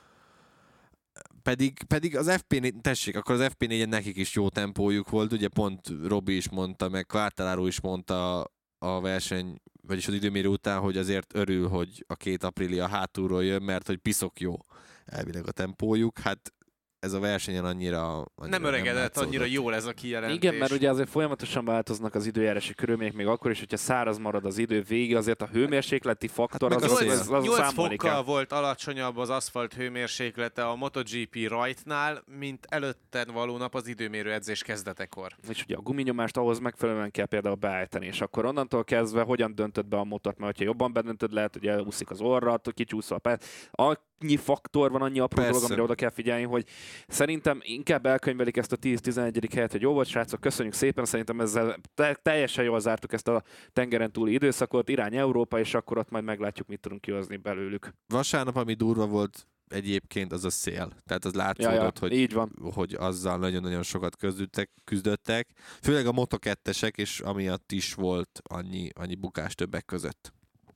Pedig, pedig az ef pé négy, tessék, akkor az ef pé négyen nekik is jó tempójuk volt, ugye pont Robi is mondta, meg Quartararo is mondta a verseny, vagyis az időmérő után, hogy azért örül, hogy a két Aprilia hátulról jön, mert hogy piszok jó elvileg a tempójuk. Hát ez a versenyen annyira, annyira nem öregedett nem annyira jól ez a kijelentés. Igen, mert ugye azért folyamatosan változnak az időjárási körülmények, még akkor is, hogyha száraz marad az idő végig, azért a hőmérsékleti faktor Hát az, meg az, a az, szél. az, az nyolc számolni fokkal kell. volt alacsonyabb az aszfalt hőmérséklete a MotoGP rajtnál, mint előtten való nap az időmérő edzés kezdetekor. És ugye a guminyomást ahhoz megfelelően kell például beállítani, és akkor onnantól kezdve hogyan döntöd be a motort, mert ha jobban bedöntöd, lehet, hogy elúszik az orrat, kicsúszol a pályán. Annyi faktor van, annyi apró Persze. dolog, amire oda kell figyelni, hogy szerintem inkább elkönyvelik ezt a tíz-tizenegyedik helyet, hogy jó volt, srácok, köszönjük szépen, szerintem ezzel te- teljesen jól zártuk ezt a tengeren túli időszakot, irány Európa, és akkor ott majd meglátjuk, mit tudunk kihozni belőlük. Vasárnap, ami durva volt egyébként, az a szél. Tehát az látszódott, Ja, ja, hogy, így van. hogy azzal nagyon-nagyon sokat küzdöttek, küzdöttek. Főleg a moto kettesek, és amiatt is volt annyi, annyi bukás többek között.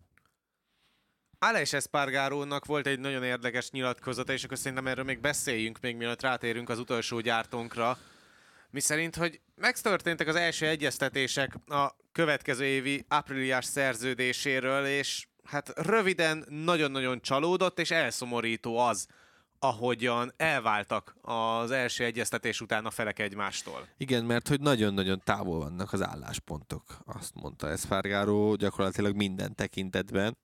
Aleix Espargarónak volt egy nagyon érdekes nyilatkozata, és akkor szerintem erről még beszéljünk, még mielőtt rátérünk az utolsó gyártónkra. Miszerint, hogy megtörténtek az első egyeztetések a következő évi ápriliás szerződéséről, és hát röviden nagyon-nagyon csalódott, és elszomorító az, ahogyan elváltak az első egyeztetés után a felek egymástól. Igen, mert hogy nagyon-nagyon távol vannak az álláspontok, azt mondta Espargaró gyakorlatilag minden tekintetben,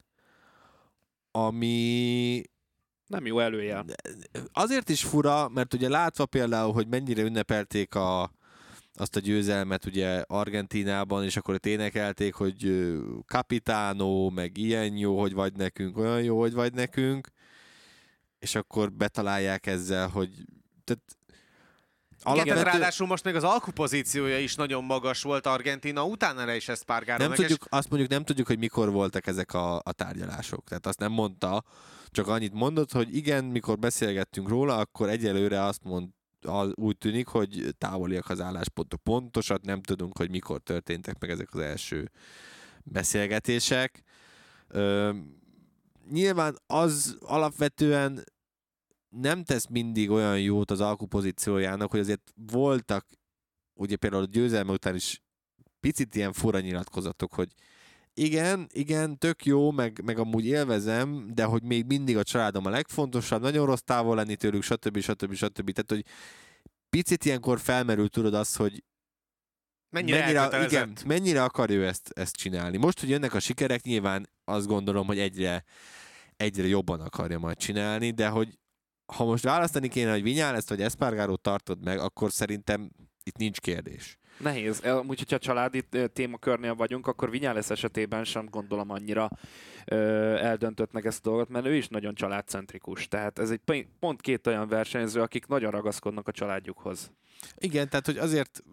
ami Nem jó előjel. azért is fura, mert ugye látva például, hogy mennyire ünnepelték a, azt a győzelmet ugye Argentínában, és akkor ott énekelték, hogy ö, Capitano, meg ilyen jó, hogy vagy nekünk, olyan jó, hogy vagy nekünk, és akkor betalálják ezzel, hogy tehát Igen, tehát alapvető- ráadásul most még az alkupozíciója is nagyon magas volt Argentína, utána is Espargarónak. nem tudjuk, azt mondjuk nem tudjuk, hogy mikor voltak ezek a, a tárgyalások. Tehát azt nem mondta, csak annyit mondott, hogy igen, mikor beszélgettünk róla, akkor egyelőre azt mond, az úgy tűnik, hogy távoliak az álláspontok. Pontosat nem tudunk, hogy mikor történtek meg ezek az első beszélgetések. Ö, nyilván az alapvetően nem tesz mindig olyan jót az alkupozíciójának, hogy azért voltak, ugye például a győzelme után is picit ilyen fura nyilatkozatok, hogy igen, igen, tök jó, meg, meg amúgy élvezem, de hogy még mindig a családom a legfontosabb, nagyon rossz távol lenni tőlük, stb. stb. stb. Tehát, hogy picit ilyenkor felmerül, tudod azt, hogy mennyire, mennyire igen, elkötelezett. mennyire akarja ő ezt, ezt csinálni. Most, hogy jönnek a sikerek, nyilván azt gondolom, hogy egyre, egyre jobban akarja majd csinálni, de hogy ha most választani kéne, hogy Viñales vagy Espargarót tartod meg, akkor szerintem itt nincs kérdés. Nehéz. Amúgy, hogyha családi témakörnél vagyunk, akkor Viñales esetében sem gondolom annyira ö, eldöntöttnek ezt a dolgot, mert ő is nagyon családcentrikus. Tehát ez egy pont két olyan versenyző, akik nagyon ragaszkodnak a családjukhoz. Igen, tehát hogy azért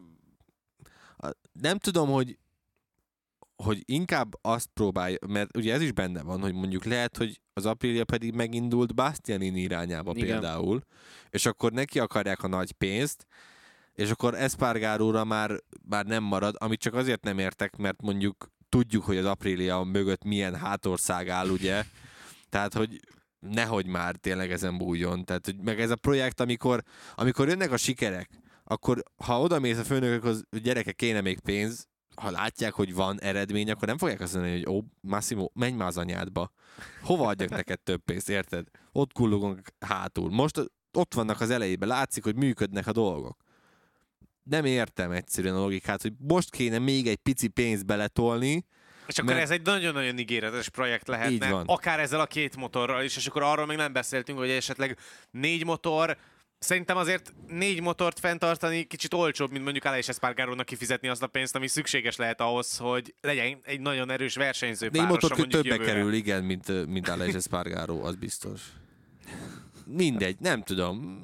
nem tudom, hogy hogy inkább azt próbálja, mert ugye ez is benne van, hogy mondjuk lehet, hogy az Aprilia pedig megindult Bastianini irányába Igen. például, és akkor neki akarják a nagy pénzt, és akkor Espargaróra már, már nem marad, amit csak azért nem értek, mert mondjuk tudjuk, hogy az Aprilia mögött milyen hátország áll, ugye, tehát, hogy nehogy már tényleg ezen bújjon, tehát, hogy meg ez a projekt, amikor, amikor jönnek a sikerek, akkor ha odamész a főnökökhöz, hogy gyerekek, kéne még pénz, ha látják, hogy van eredmény, akkor nem fogják azt mondani, hogy ó, Massimo, menj már az anyádba. Hova adjak neked több pénzt, érted? Ott kullogunk hátul. Most ott vannak az elejében, látszik, hogy működnek a dolgok. Nem értem egyszerűen a logikát, hogy most kéne még egy pici pénzt beletolni, És akkor mert- ez egy nagyon-nagyon ígéretes projekt Így lehetne, van. akár ezzel a két motorral is, és akkor arról még nem beszéltünk, hogy esetleg négy motor. Szerintem azért négy motort fenntartani kicsit olcsóbb, mint mondjuk Aleix Espargarónak kifizetni azt a pénzt, ami szükséges lehet ahhoz, hogy legyen egy nagyon erős versenyző négy párosa motor mondjuk többe jövőre. kerül, igen, mint, mint Aleix Espargaró, az biztos. Mindegy, nem tudom.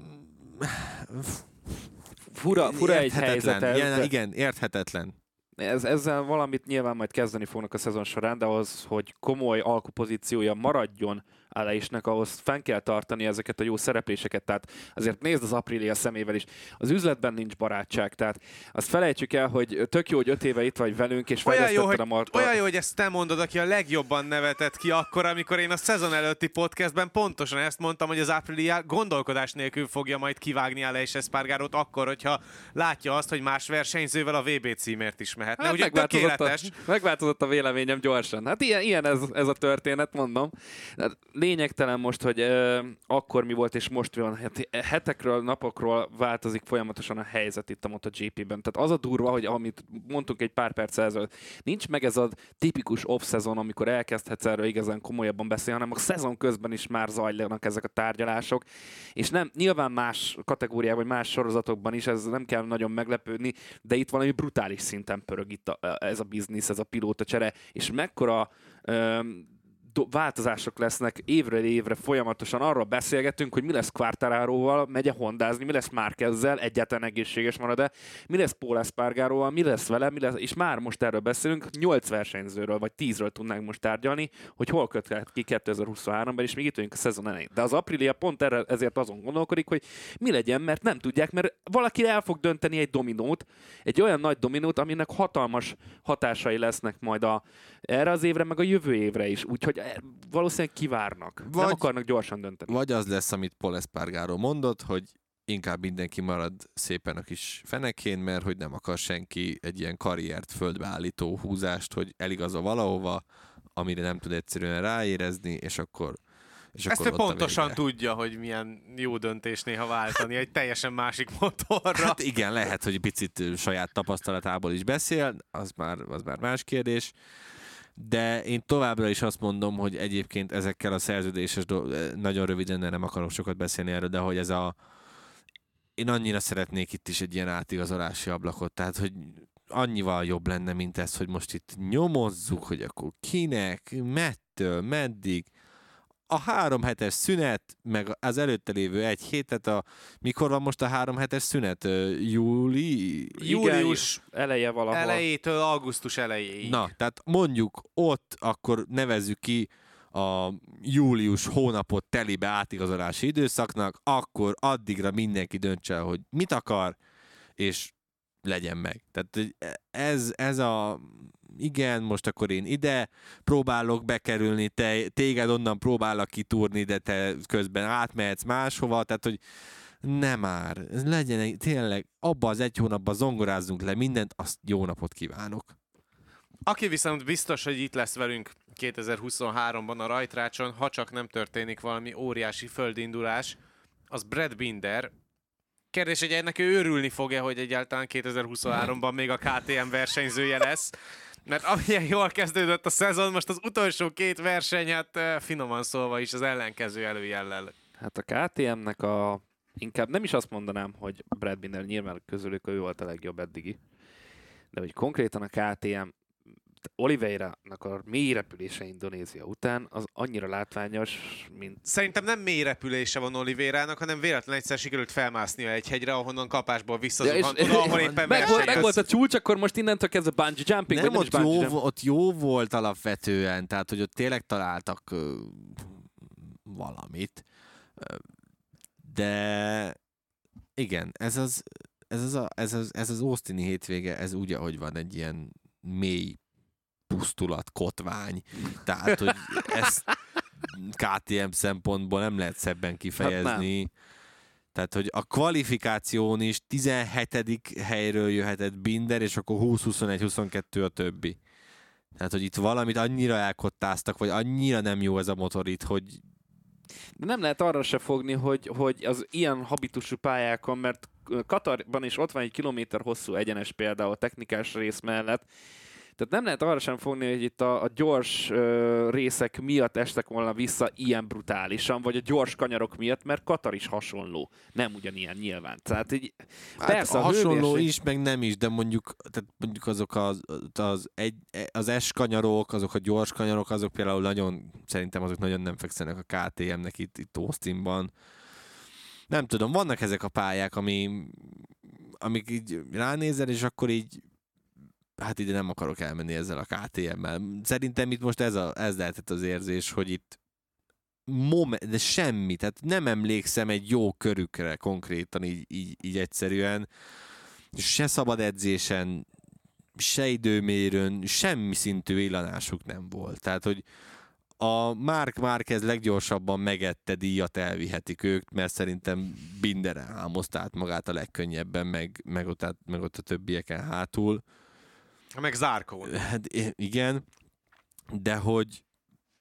Fura, fura egy Érthetetlen. helyzet ez, Igen, de- igen, érthetetlen. Ez, ezzel valamit nyilván majd kezdeni fognak a szezon során, de ahhoz, hogy komoly alkupozíciója maradjon Aleixnek, ahhoz fenn kell tartani ezeket a jó szerepléseket. Tehát azért nézd az Aprilia szemével is. Az üzletben nincs barátság. Tehát azt felejtsük el, hogy tök jó, hogy öt éve itt vagy velünk, és Olyan jó, hogy, fejlesztetted a marka. olyan jó, hogy ezt te mondod, aki a legjobban nevetett ki akkor, amikor én a szezon előtti podcastben pontosan ezt mondtam, hogy az Aprilia gondolkodás nélkül fogja majd kivágni Aleix Espargarót akkor, hogyha látja azt, hogy más versenyzővel a vé bé címért is mehetne. Hát Ugye megváltozott, a, tökéletes. megváltozott a véleményem gyorsan. Hát ilyen, ilyen ez, ez a történet, mondom. Hát lényegtelen most, hogy ö, akkor mi volt és most mi van. Hát, hetekről, napokról változik folyamatosan a helyzet itt a MotoGP-ben. Tehát az a durva, hogy amit mondtunk egy pár perc ezelőtt, nincs meg ez a tipikus off-szezon, amikor elkezdhetsz erről igazán komolyabban beszélni, hanem a szezon közben is már zajlanak ezek a tárgyalások. És nem, nyilván más kategóriában, vagy más sorozatokban is, ez nem kell nagyon meglepődni, de itt valami brutális szinten pörög itt a, ez a biznisz, ez a pilótacsere, és mekkora öm, do- változások lesznek évről évre folyamatosan. Arról beszélgetünk, hogy mi lesz Quartararoval, megy-e hondázni, mi lesz Márquezzel, egyáltalán egészséges marad-e, mi lesz Pol Espargaróval, mi lesz vele, mi lesz, és már most erről beszélünk, nyolc versenyzőről, vagy tízről tudnánk most tárgyalni, hogy hol köthet ki kétezer-huszonháromban, és még itt vagyunk a szezon elején. De az Aprilia pont erre, ezért azon gondolkodik, hogy mi legyen, mert nem tudják, mert valaki el fog dönteni egy dominót, egy olyan nagy dominót, aminek hatalmas hatásai lesznek majd a, erre az évre, meg a jövő évre is. Úgyhogy valószínűleg kivárnak. Vagy, nem akarnak gyorsan dönteni. Vagy az lesz, amit Pol Espargaró mondott, hogy inkább mindenki marad szépen a kis fenekén, mert hogy nem akar senki egy ilyen karriert földbeállító húzást, hogy eligazol valahova, amire nem tud egyszerűen ráérezni, és akkor és Ezt akkor ő pontosan tudja, hogy milyen jó döntés néha váltani egy teljesen másik motorra. Hát igen, lehet, hogy picit saját tapasztalatából is beszél, az már, az már más kérdés. De én továbbra is azt mondom, hogy egyébként ezekkel a szerződéses do- nagyon röviden, nem akarok sokat beszélni erről, de hogy ez a... Én annyira szeretnék itt is egy ilyen átigazolási ablakot, tehát hogy annyival jobb lenne, mint ez, hogy most itt nyomozzuk, hogy akkor kinek, mettől, meddig. A három hetes szünet, meg az előtte lévő egy hétet, a, mikor van most a három hetes szünet? Júli? Július eleje valahol. Elejétől augusztus elejéig. Na, tehát mondjuk ott akkor nevezzük ki a július hónapot telibe átigazolási időszaknak, akkor addigra mindenki döntse, hogy mit akar, és legyen meg. Tehát ez, ez a igen, most akkor én ide próbálok bekerülni, te, téged onnan próbálok kitúrni, de te közben átmehetsz máshova, tehát hogy nem már, ez legyen egy, tényleg, abba az egy hónapban zongorázzunk le mindent, azt jó napot kívánok. Aki viszont biztos, hogy itt lesz velünk kétezer-huszonháromban a rajtrácson, ha csak nem történik valami óriási földindulás, az Brad Binder. Kérdés, hogy ennek ő örülni fog-e, hogy egyáltalán kétezer-huszonháromban még a ká té em versenyzője lesz. Mert amilyen jól kezdődött a szezon, most az utolsó két verseny, hát finoman szólva is az ellenkező előjellel. Hát a ká té emnek a... Inkább nem is azt mondanám, hogy Brad Binder nyilván közülük ő volt a legjobb eddigi. De hogy konkrétan a ká té em Oliveira-nak a mély repülése Indonézia után az annyira látványos, mint... Szerintem nem mély repülése van Oliveira-nak, hanem véletlenül egyszer sikerült felmásznia egy hegyre, ahonnan kapásból visszazuhant, ja, ahol éppen meg, volt, meg volt a csúcs, akkor most innentől kezdve bungee jumping, nem, vagy ott, nem jó, jumping. ott jó volt alapvetően, tehát hogy ott tényleg találtak uh, valamit, uh, de igen, ez az, ez az, a, ez az, ez az Austini hétvége, ez úgy, ahogy van, egy ilyen mély pusztulat, kotvány. Tehát, hogy ezt ká té em szempontból nem lehet szebben kifejezni. Hát tehát, hogy a kvalifikáción is tizenhetedik helyről jöhetett Binder, és akkor húsz, huszonegy, huszonkettő a többi. Tehát, hogy itt valamit annyira elkottáztak, vagy annyira nem jó ez a motor itt, hogy... De nem lehet arra se fogni, hogy, hogy az ilyen habitusú pályákon, mert Katarban is ott van egy kilométer hosszú egyenes például a technikás rész mellett, tehát nem lehet arra sem fogni, hogy itt a, a gyors uh, részek miatt estek volna vissza ilyen brutálisan, vagy a gyors kanyarok miatt, mert Katar is hasonló. Nem ugyanilyen nyilván. Tehát így, hát persze a hasonló hőmérség... is, meg nem is, de mondjuk, tehát mondjuk azok az, az, egy, az S kanyarok, azok a gyors kanyarok, azok például nagyon, szerintem azok nagyon nem fekszenek a ká té emnek itt, itt Austinban. Nem tudom, vannak ezek a pályák, ami, amik így ránézel, és akkor így hát ide nem akarok elmenni ezzel a ká té emmel. Szerintem itt most ez, a, ez lehetett az érzés, hogy itt moment, de semmi, tehát nem emlékszem egy jó körükre konkrétan így, így, így egyszerűen. Se szabad edzésen, se időmérőn, semmi szintű illanásuk nem volt. Tehát, hogy a Marc Márquez leggyorsabban megette díjat elvihetik ők, mert szerintem Binderen hámozta át magát a legkönnyebben, meg, meg, ott, meg ott a többieken hátul. Meg Zarco. Hát igen, de hogy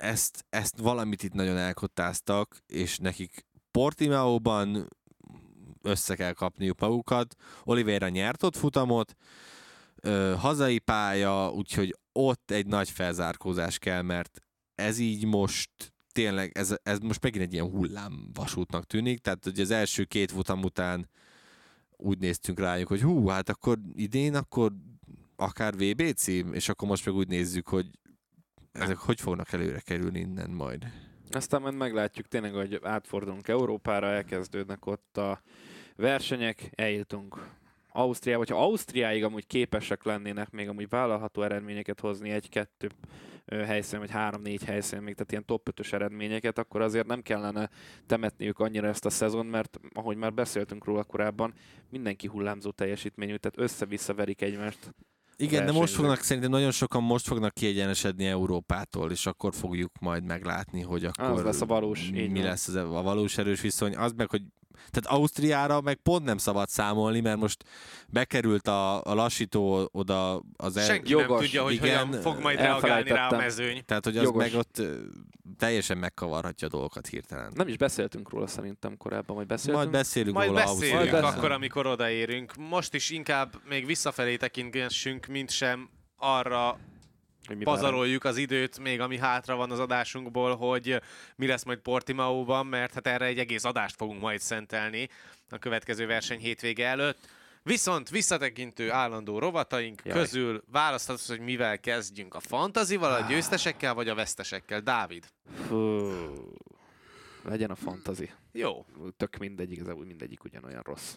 ezt, ezt valamit itt nagyon elkottáztak, és nekik Portimaóban össze kell kapniuk magukat. Oliveira nyert ott futamot, ö, hazai pálya, úgyhogy ott egy nagy felzárkózás kell, mert ez így most tényleg, ez, ez most megint egy ilyen hullámvasútnak tűnik, tehát hogy az első két futam után úgy néztünk rájuk, hogy hú, hát akkor idén, akkor akár vé bé cím, és akkor most meg úgy nézzük, hogy ezek hogy fognak előre kerülni innen majd. Aztán majd meglátjuk tényleg, hogy átfordulunk Európára, elkezdődnek ott a versenyek, eljutunk Ausztriába. Hogyha Ausztriáig amúgy képesek lennének még amúgy vállalható eredményeket hozni, egy-kettő helyszín, vagy három-négy helyszín, még tehát ilyen top ötös eredményeket, akkor azért nem kellene temetniük annyira ezt a szezon, mert ahogy már beszéltünk róla korábban, mindenki hullámzó teljesítményű, tehát össze-vissza verik egymást. Igen, de most fognak, szerintem nagyon sokan most fognak kiegyenesedni Európától, és akkor fogjuk majd meglátni, hogy akkor az lesz a valós, mi lesz az a valós erős viszony. Az meg, hogy tehát Ausztriára meg pont nem szabad számolni, mert most bekerült a, a lassító oda az el... Senki jogos, nem tudja, hogy igen, hogyan fog majd reagálni rá a mezőny. Tehát, hogy az Jogos. meg ott ö, teljesen megkavarhatja a dolgokat hirtelen. Nem is beszéltünk róla szerintem korábban, vagy beszéltünk? Majd beszélünk Majd róla beszélünk Ausztriában. akkor, amikor odaérünk. Most is inkább még visszafelé tekintgessünk, mint sem arra Hogy mi pazaroljuk az időt, még ami hátra van az adásunkból, hogy mi lesz majd Portimaóban, mert hát erre egy egész adást fogunk majd szentelni a következő verseny hétvége előtt. Viszont visszatekintő állandó rovataink Jaj. közül választhatsz, hogy mivel kezdjünk. A fantazival, a győztesekkel vagy a vesztesekkel? Dávid? Fú, legyen a fantazi. Jó. Tök mindegy, igazából mindegyik ugyanolyan rossz.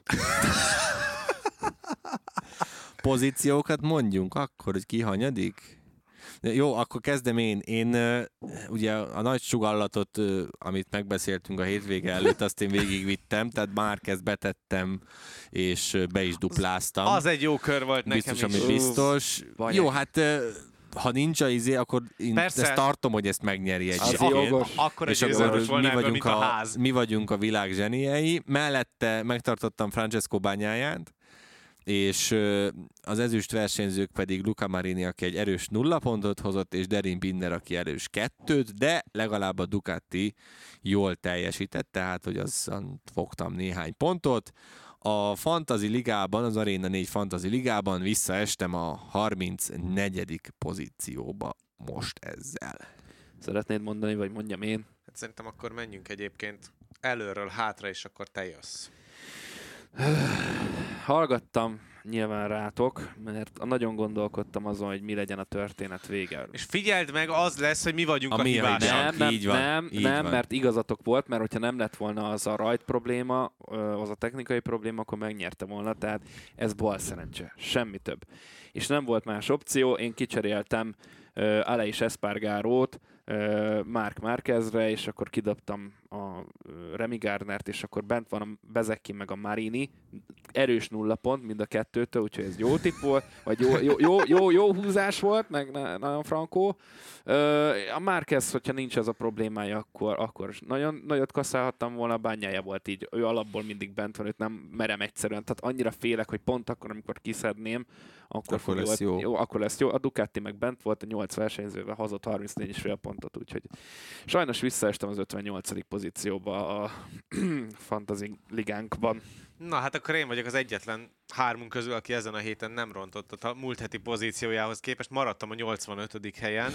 Pozíciókat mondjunk akkor, hogy ki hanyadik? Jó, akkor kezdem én. Én uh, ugye a nagy sugallatot, uh, amit megbeszéltünk a hétvége előtt, azt én végigvittem, tehát Márquez betettem, és uh, be is dupláztam. Az egy jó kör volt nekem biztos, is. ami biztos. Vagy Jó, egy- hát uh, ha nincs a izé, akkor én Persze. ezt tartom, hogy ezt megnyeri egy Az zseni. jogos. Akkor egy És akkor győzelmes volna mi ebből, vagyunk, mint a a, ház. mi vagyunk a világ zseniei. Mellette megtartottam Francesco Bagnáját, és ö, az ezüst versenyzők pedig Luca Marini, aki egy erős nulla pontot hozott, és Derin Binder, aki erős kettőt, de legalább a Ducati jól teljesített, tehát hogy azzal fogtam néhány pontot. A Fantasy Ligában, az Arena négy Fantasy Ligában visszaestem a harmincnegyedik pozícióba most ezzel. Szeretnéd mondani, vagy mondjam én? Hát szerintem akkor menjünk egyébként előről hátra, és akkor te jössz. Hallgattam nyilván rátok, mert nagyon gondolkodtam azon, hogy mi legyen a történet vége. És figyeld meg, az lesz, hogy mi vagyunk a, A a mi hibásak. hibánk. Nem, nem, így van, nem, így nem van. mert igazatok volt, mert hogyha nem lett volna az a rajt probléma, ö, az a technikai probléma, akkor megnyerte volna, tehát ez bal szerencse, semmi több. És nem volt más opció, én kicseréltem uh, Aleix Espargarót uh, Marc Márquezre, és akkor kidobtam a uh, Remy Gardnert, és akkor bent van a Bezecchi meg a Marini, erős nulla pont mind a kettőtől, úgyhogy ez jó tipp volt, vagy jó, jó, jó, jó, jó húzás volt, meg na- nagyon frankó. Ö, a Márquez, hogyha nincs ez a problémája, akkor, akkor nagyon nagyot kasszálhattam volna, Bányája volt így, ő alapból mindig bent van, őt nem merem egyszerűen, tehát annyira félek, hogy pont akkor, amikor kiszedném, akkor, Akkor fog lesz jó. jó. Akkor lesz jó. A Ducati meg bent volt, a nyolc versenyzővel hozott harmincnégy és fél pontot, úgyhogy sajnos visszaestem az ötvennyolcadik pozícióba a Fantasy ligánkban. Na hát akkor én vagyok az egyetlen hármunk közül, aki ezen a héten nem rontott a múlt heti pozíciójához képest. Maradtam a nyolcvanötödik helyen.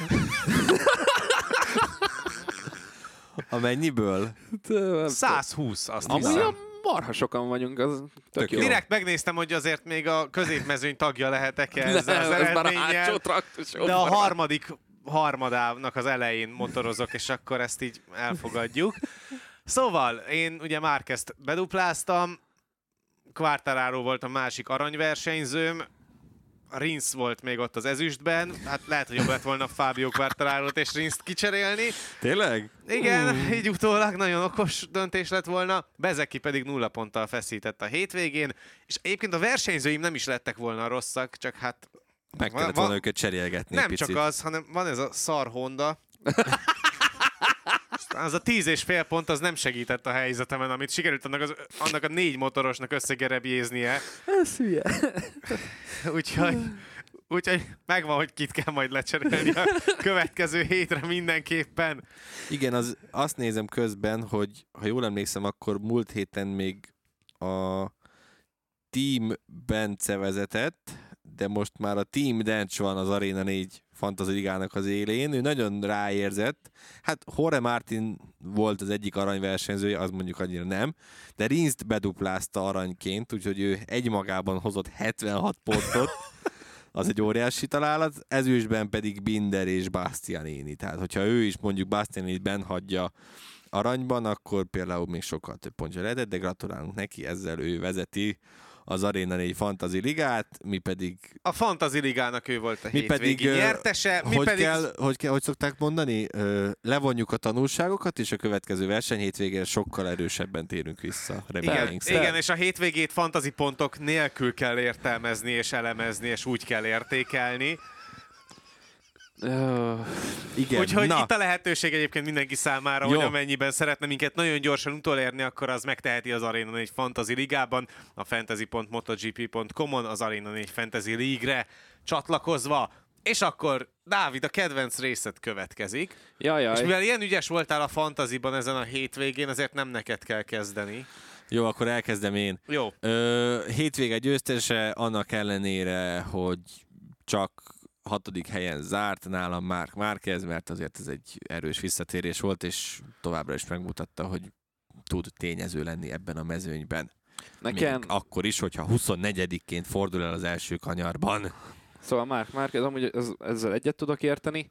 A mennyiből? százhúsz, azt Amúgy hiszem. a marha sokan vagyunk, az tök, Tök jó. jó. Direkt megnéztem, hogy azért még a középmezőny tagja lehetek ezzel az Nem, ez már a eredménnyel. hátsó traktus. De a harmadik harmadának az elején motorozok, és akkor ezt így elfogadjuk. Szóval, én ugye Márquezt bedupláztam, Quartararo volt a másik aranyversenyzőm, Rins volt még ott az ezüstben, hát lehet, hogy jobb lett volna Fábio Quartararo-t és Rinst kicserélni. Tényleg? Igen, uh. így utólag nagyon okos döntés lett volna. Bezeki pedig nulla ponttal feszített a hétvégén, és egyébként a versenyzőim nem is lettek volna rosszak, csak hát Meg Va- kellett va- volna őket cserélgetni nem egy picit. csak az, hanem van ez a szar Honda. Az a tíz és fél pont az nem segített a helyzetemen, amit sikerült annak, az, annak a négy motorosnak összegerebjéznie. Ez hülye. Úgyhogy, úgyhogy megvan, hogy kit kell majd lecserélni a következő hétre mindenképpen. Igen, az, azt nézem közben, hogy ha jól emlékszem, akkor múlt héten még a Team Bence vezetett, de most már a Team Dencs van az Arena négy Fantasy Ligának az élén. Ő nagyon ráérzett. Hát Jorge Martin volt az egyik aranyversenyzője, az mondjuk annyira nem, de Rinst beduplázta aranyként, úgyhogy ő egymagában hozott hetvenhat pontot. Az egy óriási találat. Ezüstben pedig Binder és Bastianini. Tehát, hogyha ő is mondjuk Bastianinit benn hagyja aranyban, akkor például még sokkal több pontja lehetett, de gratulálunk neki, ezzel ő vezeti az Arena négy Fantasy Ligát, mi pedig... A Fantasy Ligának ő volt a mi hétvégi pedig, nyertese. Mi hogy, pedig... kell, hogy, kell, hogy szokták mondani? Ö, levonjuk a tanulságokat, és a következő verseny hétvégén sokkal erősebben térünk vissza. Igen, szerint. igen, és a hétvégét fantasy pontok nélkül kell értelmezni és elemezni, és úgy kell értékelni. Uh, Igen, Úgyhogy na. itt a lehetőség egyébként mindenki számára, Jó. hogy amennyiben szeretne minket nagyon gyorsan utolérni, akkor az megteheti az Arena négy Fantasy Ligában, a fantasy pont motogp pont com-on, az Arena négy Fantasy League-re csatlakozva. És akkor, Dávid, a kedvenc részed következik. Jajjaj. És mivel ilyen ügyes voltál a fantasyban ezen a hétvégén, ezért nem neked kell kezdeni. Jó, akkor elkezdem én. Jó. Ö, hétvége győztese, annak ellenére, hogy csak hatodik helyen zárt nálam Marc Márquez, mert azért ez egy erős visszatérés volt, és továbbra is megmutatta, hogy tud tényező lenni ebben a mezőnyben. Nekem... Még akkor is, hogyha huszonnegyedikként fordul el az első kanyarban. Szóval Marc Márquez, amúgy ez, ezzel egyet tudok érteni.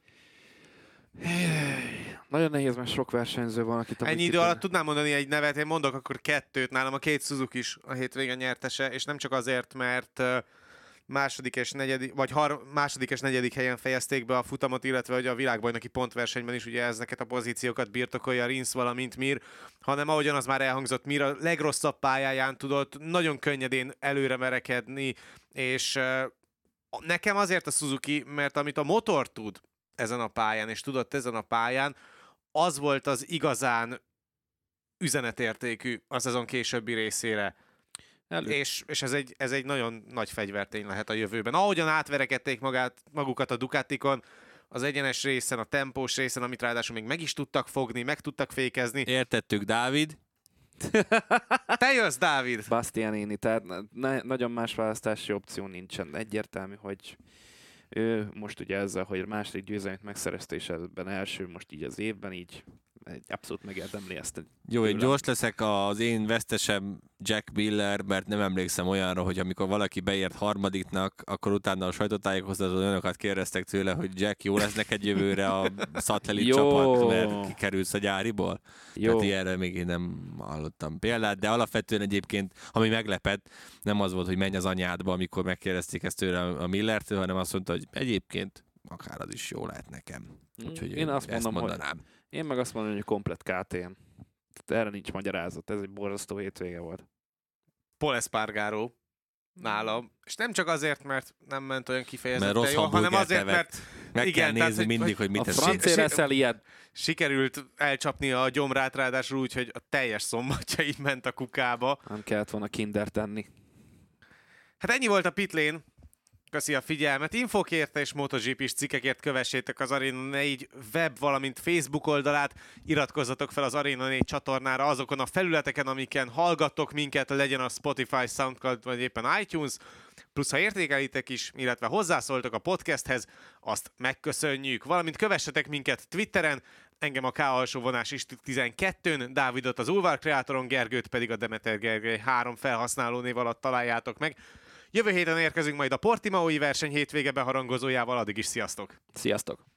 Nagyon nehéz, mert sok versenyző van, akit... Ennyi idő alatt tudnám mondani egy nevet, én mondok akkor kettőt, nálam a két Suzuki is a hétvége nyertese, és nem csak azért, mert második és negyedik, vagy har, második és negyedik helyen fejezték be a futamot, illetve hogy a világbajnoki pontversenyben is ugye ezeket a pozíciókat birtokolja Rins, valamint Mir, hanem ahogyan az már elhangzott, Mir a legrosszabb pályáján tudott nagyon könnyedén előre verekedni, és uh, nekem azért a Suzuki, mert amit a motor tud ezen a pályán, és tudott ezen a pályán, az volt az igazán üzenetértékű a szezon későbbi részére. És, és ez, egy, ez egy nagyon nagy fegyvertény lehet a jövőben. Ahogyan átverekedték magát, magukat a Ducatikon, az egyenes részen, a tempós részen, amit ráadásul még meg is tudtak fogni, meg tudtak fékezni. Értettük, Dávid. Te jössz, Dávid! Bastianini, tehát ne, nagyon más választási opció nincsen. Egyértelmű, hogy ő most ugye ezzel, hogy második győzelmet megszerezte, és ebben első most így az évben, így egy abszolút megérdemli ezt. Jó, én gyors leszek, az én vesztesem Jack Miller, mert nem emlékszem olyanra, hogy amikor valaki beért harmadiknak, akkor utána a sajtótájékoztatón olyanokat kérdeztek tőle, hogy Jack, jó lesz neked jövőre a szatellit csapat, mert kikerülsz a gyáriból? Jó. Tehát ilyenre még én nem hallottam példát, de alapvetően egyébként, ami meglepett, nem az volt, hogy menj az anyádba, amikor megkérdezték ezt tőle a Millertől, hanem azt mondta, hogy egyébként akár az is jó lehet nekem. Úgyhogy én, én azt ezt mondom, mondanám. Hogy én meg azt mondom, hogy komplet ká té em. Erre nincs magyarázat, ez egy borzasztó hétvége volt. Pol Espargaró nálam. És nem csak azért, mert nem ment olyan kifejezetten jó, hanem azért, mert meg igen, kell nézni tehát, mindig, hogy mit a tesz. francia leszel ilyet. Sikerült elcsapni a gyomrát, ráadásul úgy, hogy a teljes szombatja így ment a kukába. Nem kellett volna kinder tenni. Hát ennyi volt a pitlane. Köszi a figyelmet. Infók érte és MotoGP-s cikkekért kövessétek az Arena négy web, valamint Facebook oldalát. Iratkozzatok fel az Arena négy csatornára azokon a felületeken, amiken hallgattok minket, legyen a Spotify, SoundCloud vagy éppen iTunes. Plusz ha értékelitek is, illetve hozzászóltok a podcasthez, azt megköszönjük. Valamint kövessetek minket Twitteren, engem a K alsó vonás is tizenkettőn, Dávidot az Ulvar Kreatoron, Gergőt pedig a Demeter Gergely három felhasználó név alatt találjátok meg. Jövő héten érkezünk majd a Portimaói verseny hétvége beharangozójával, addig is sziasztok! Sziasztok!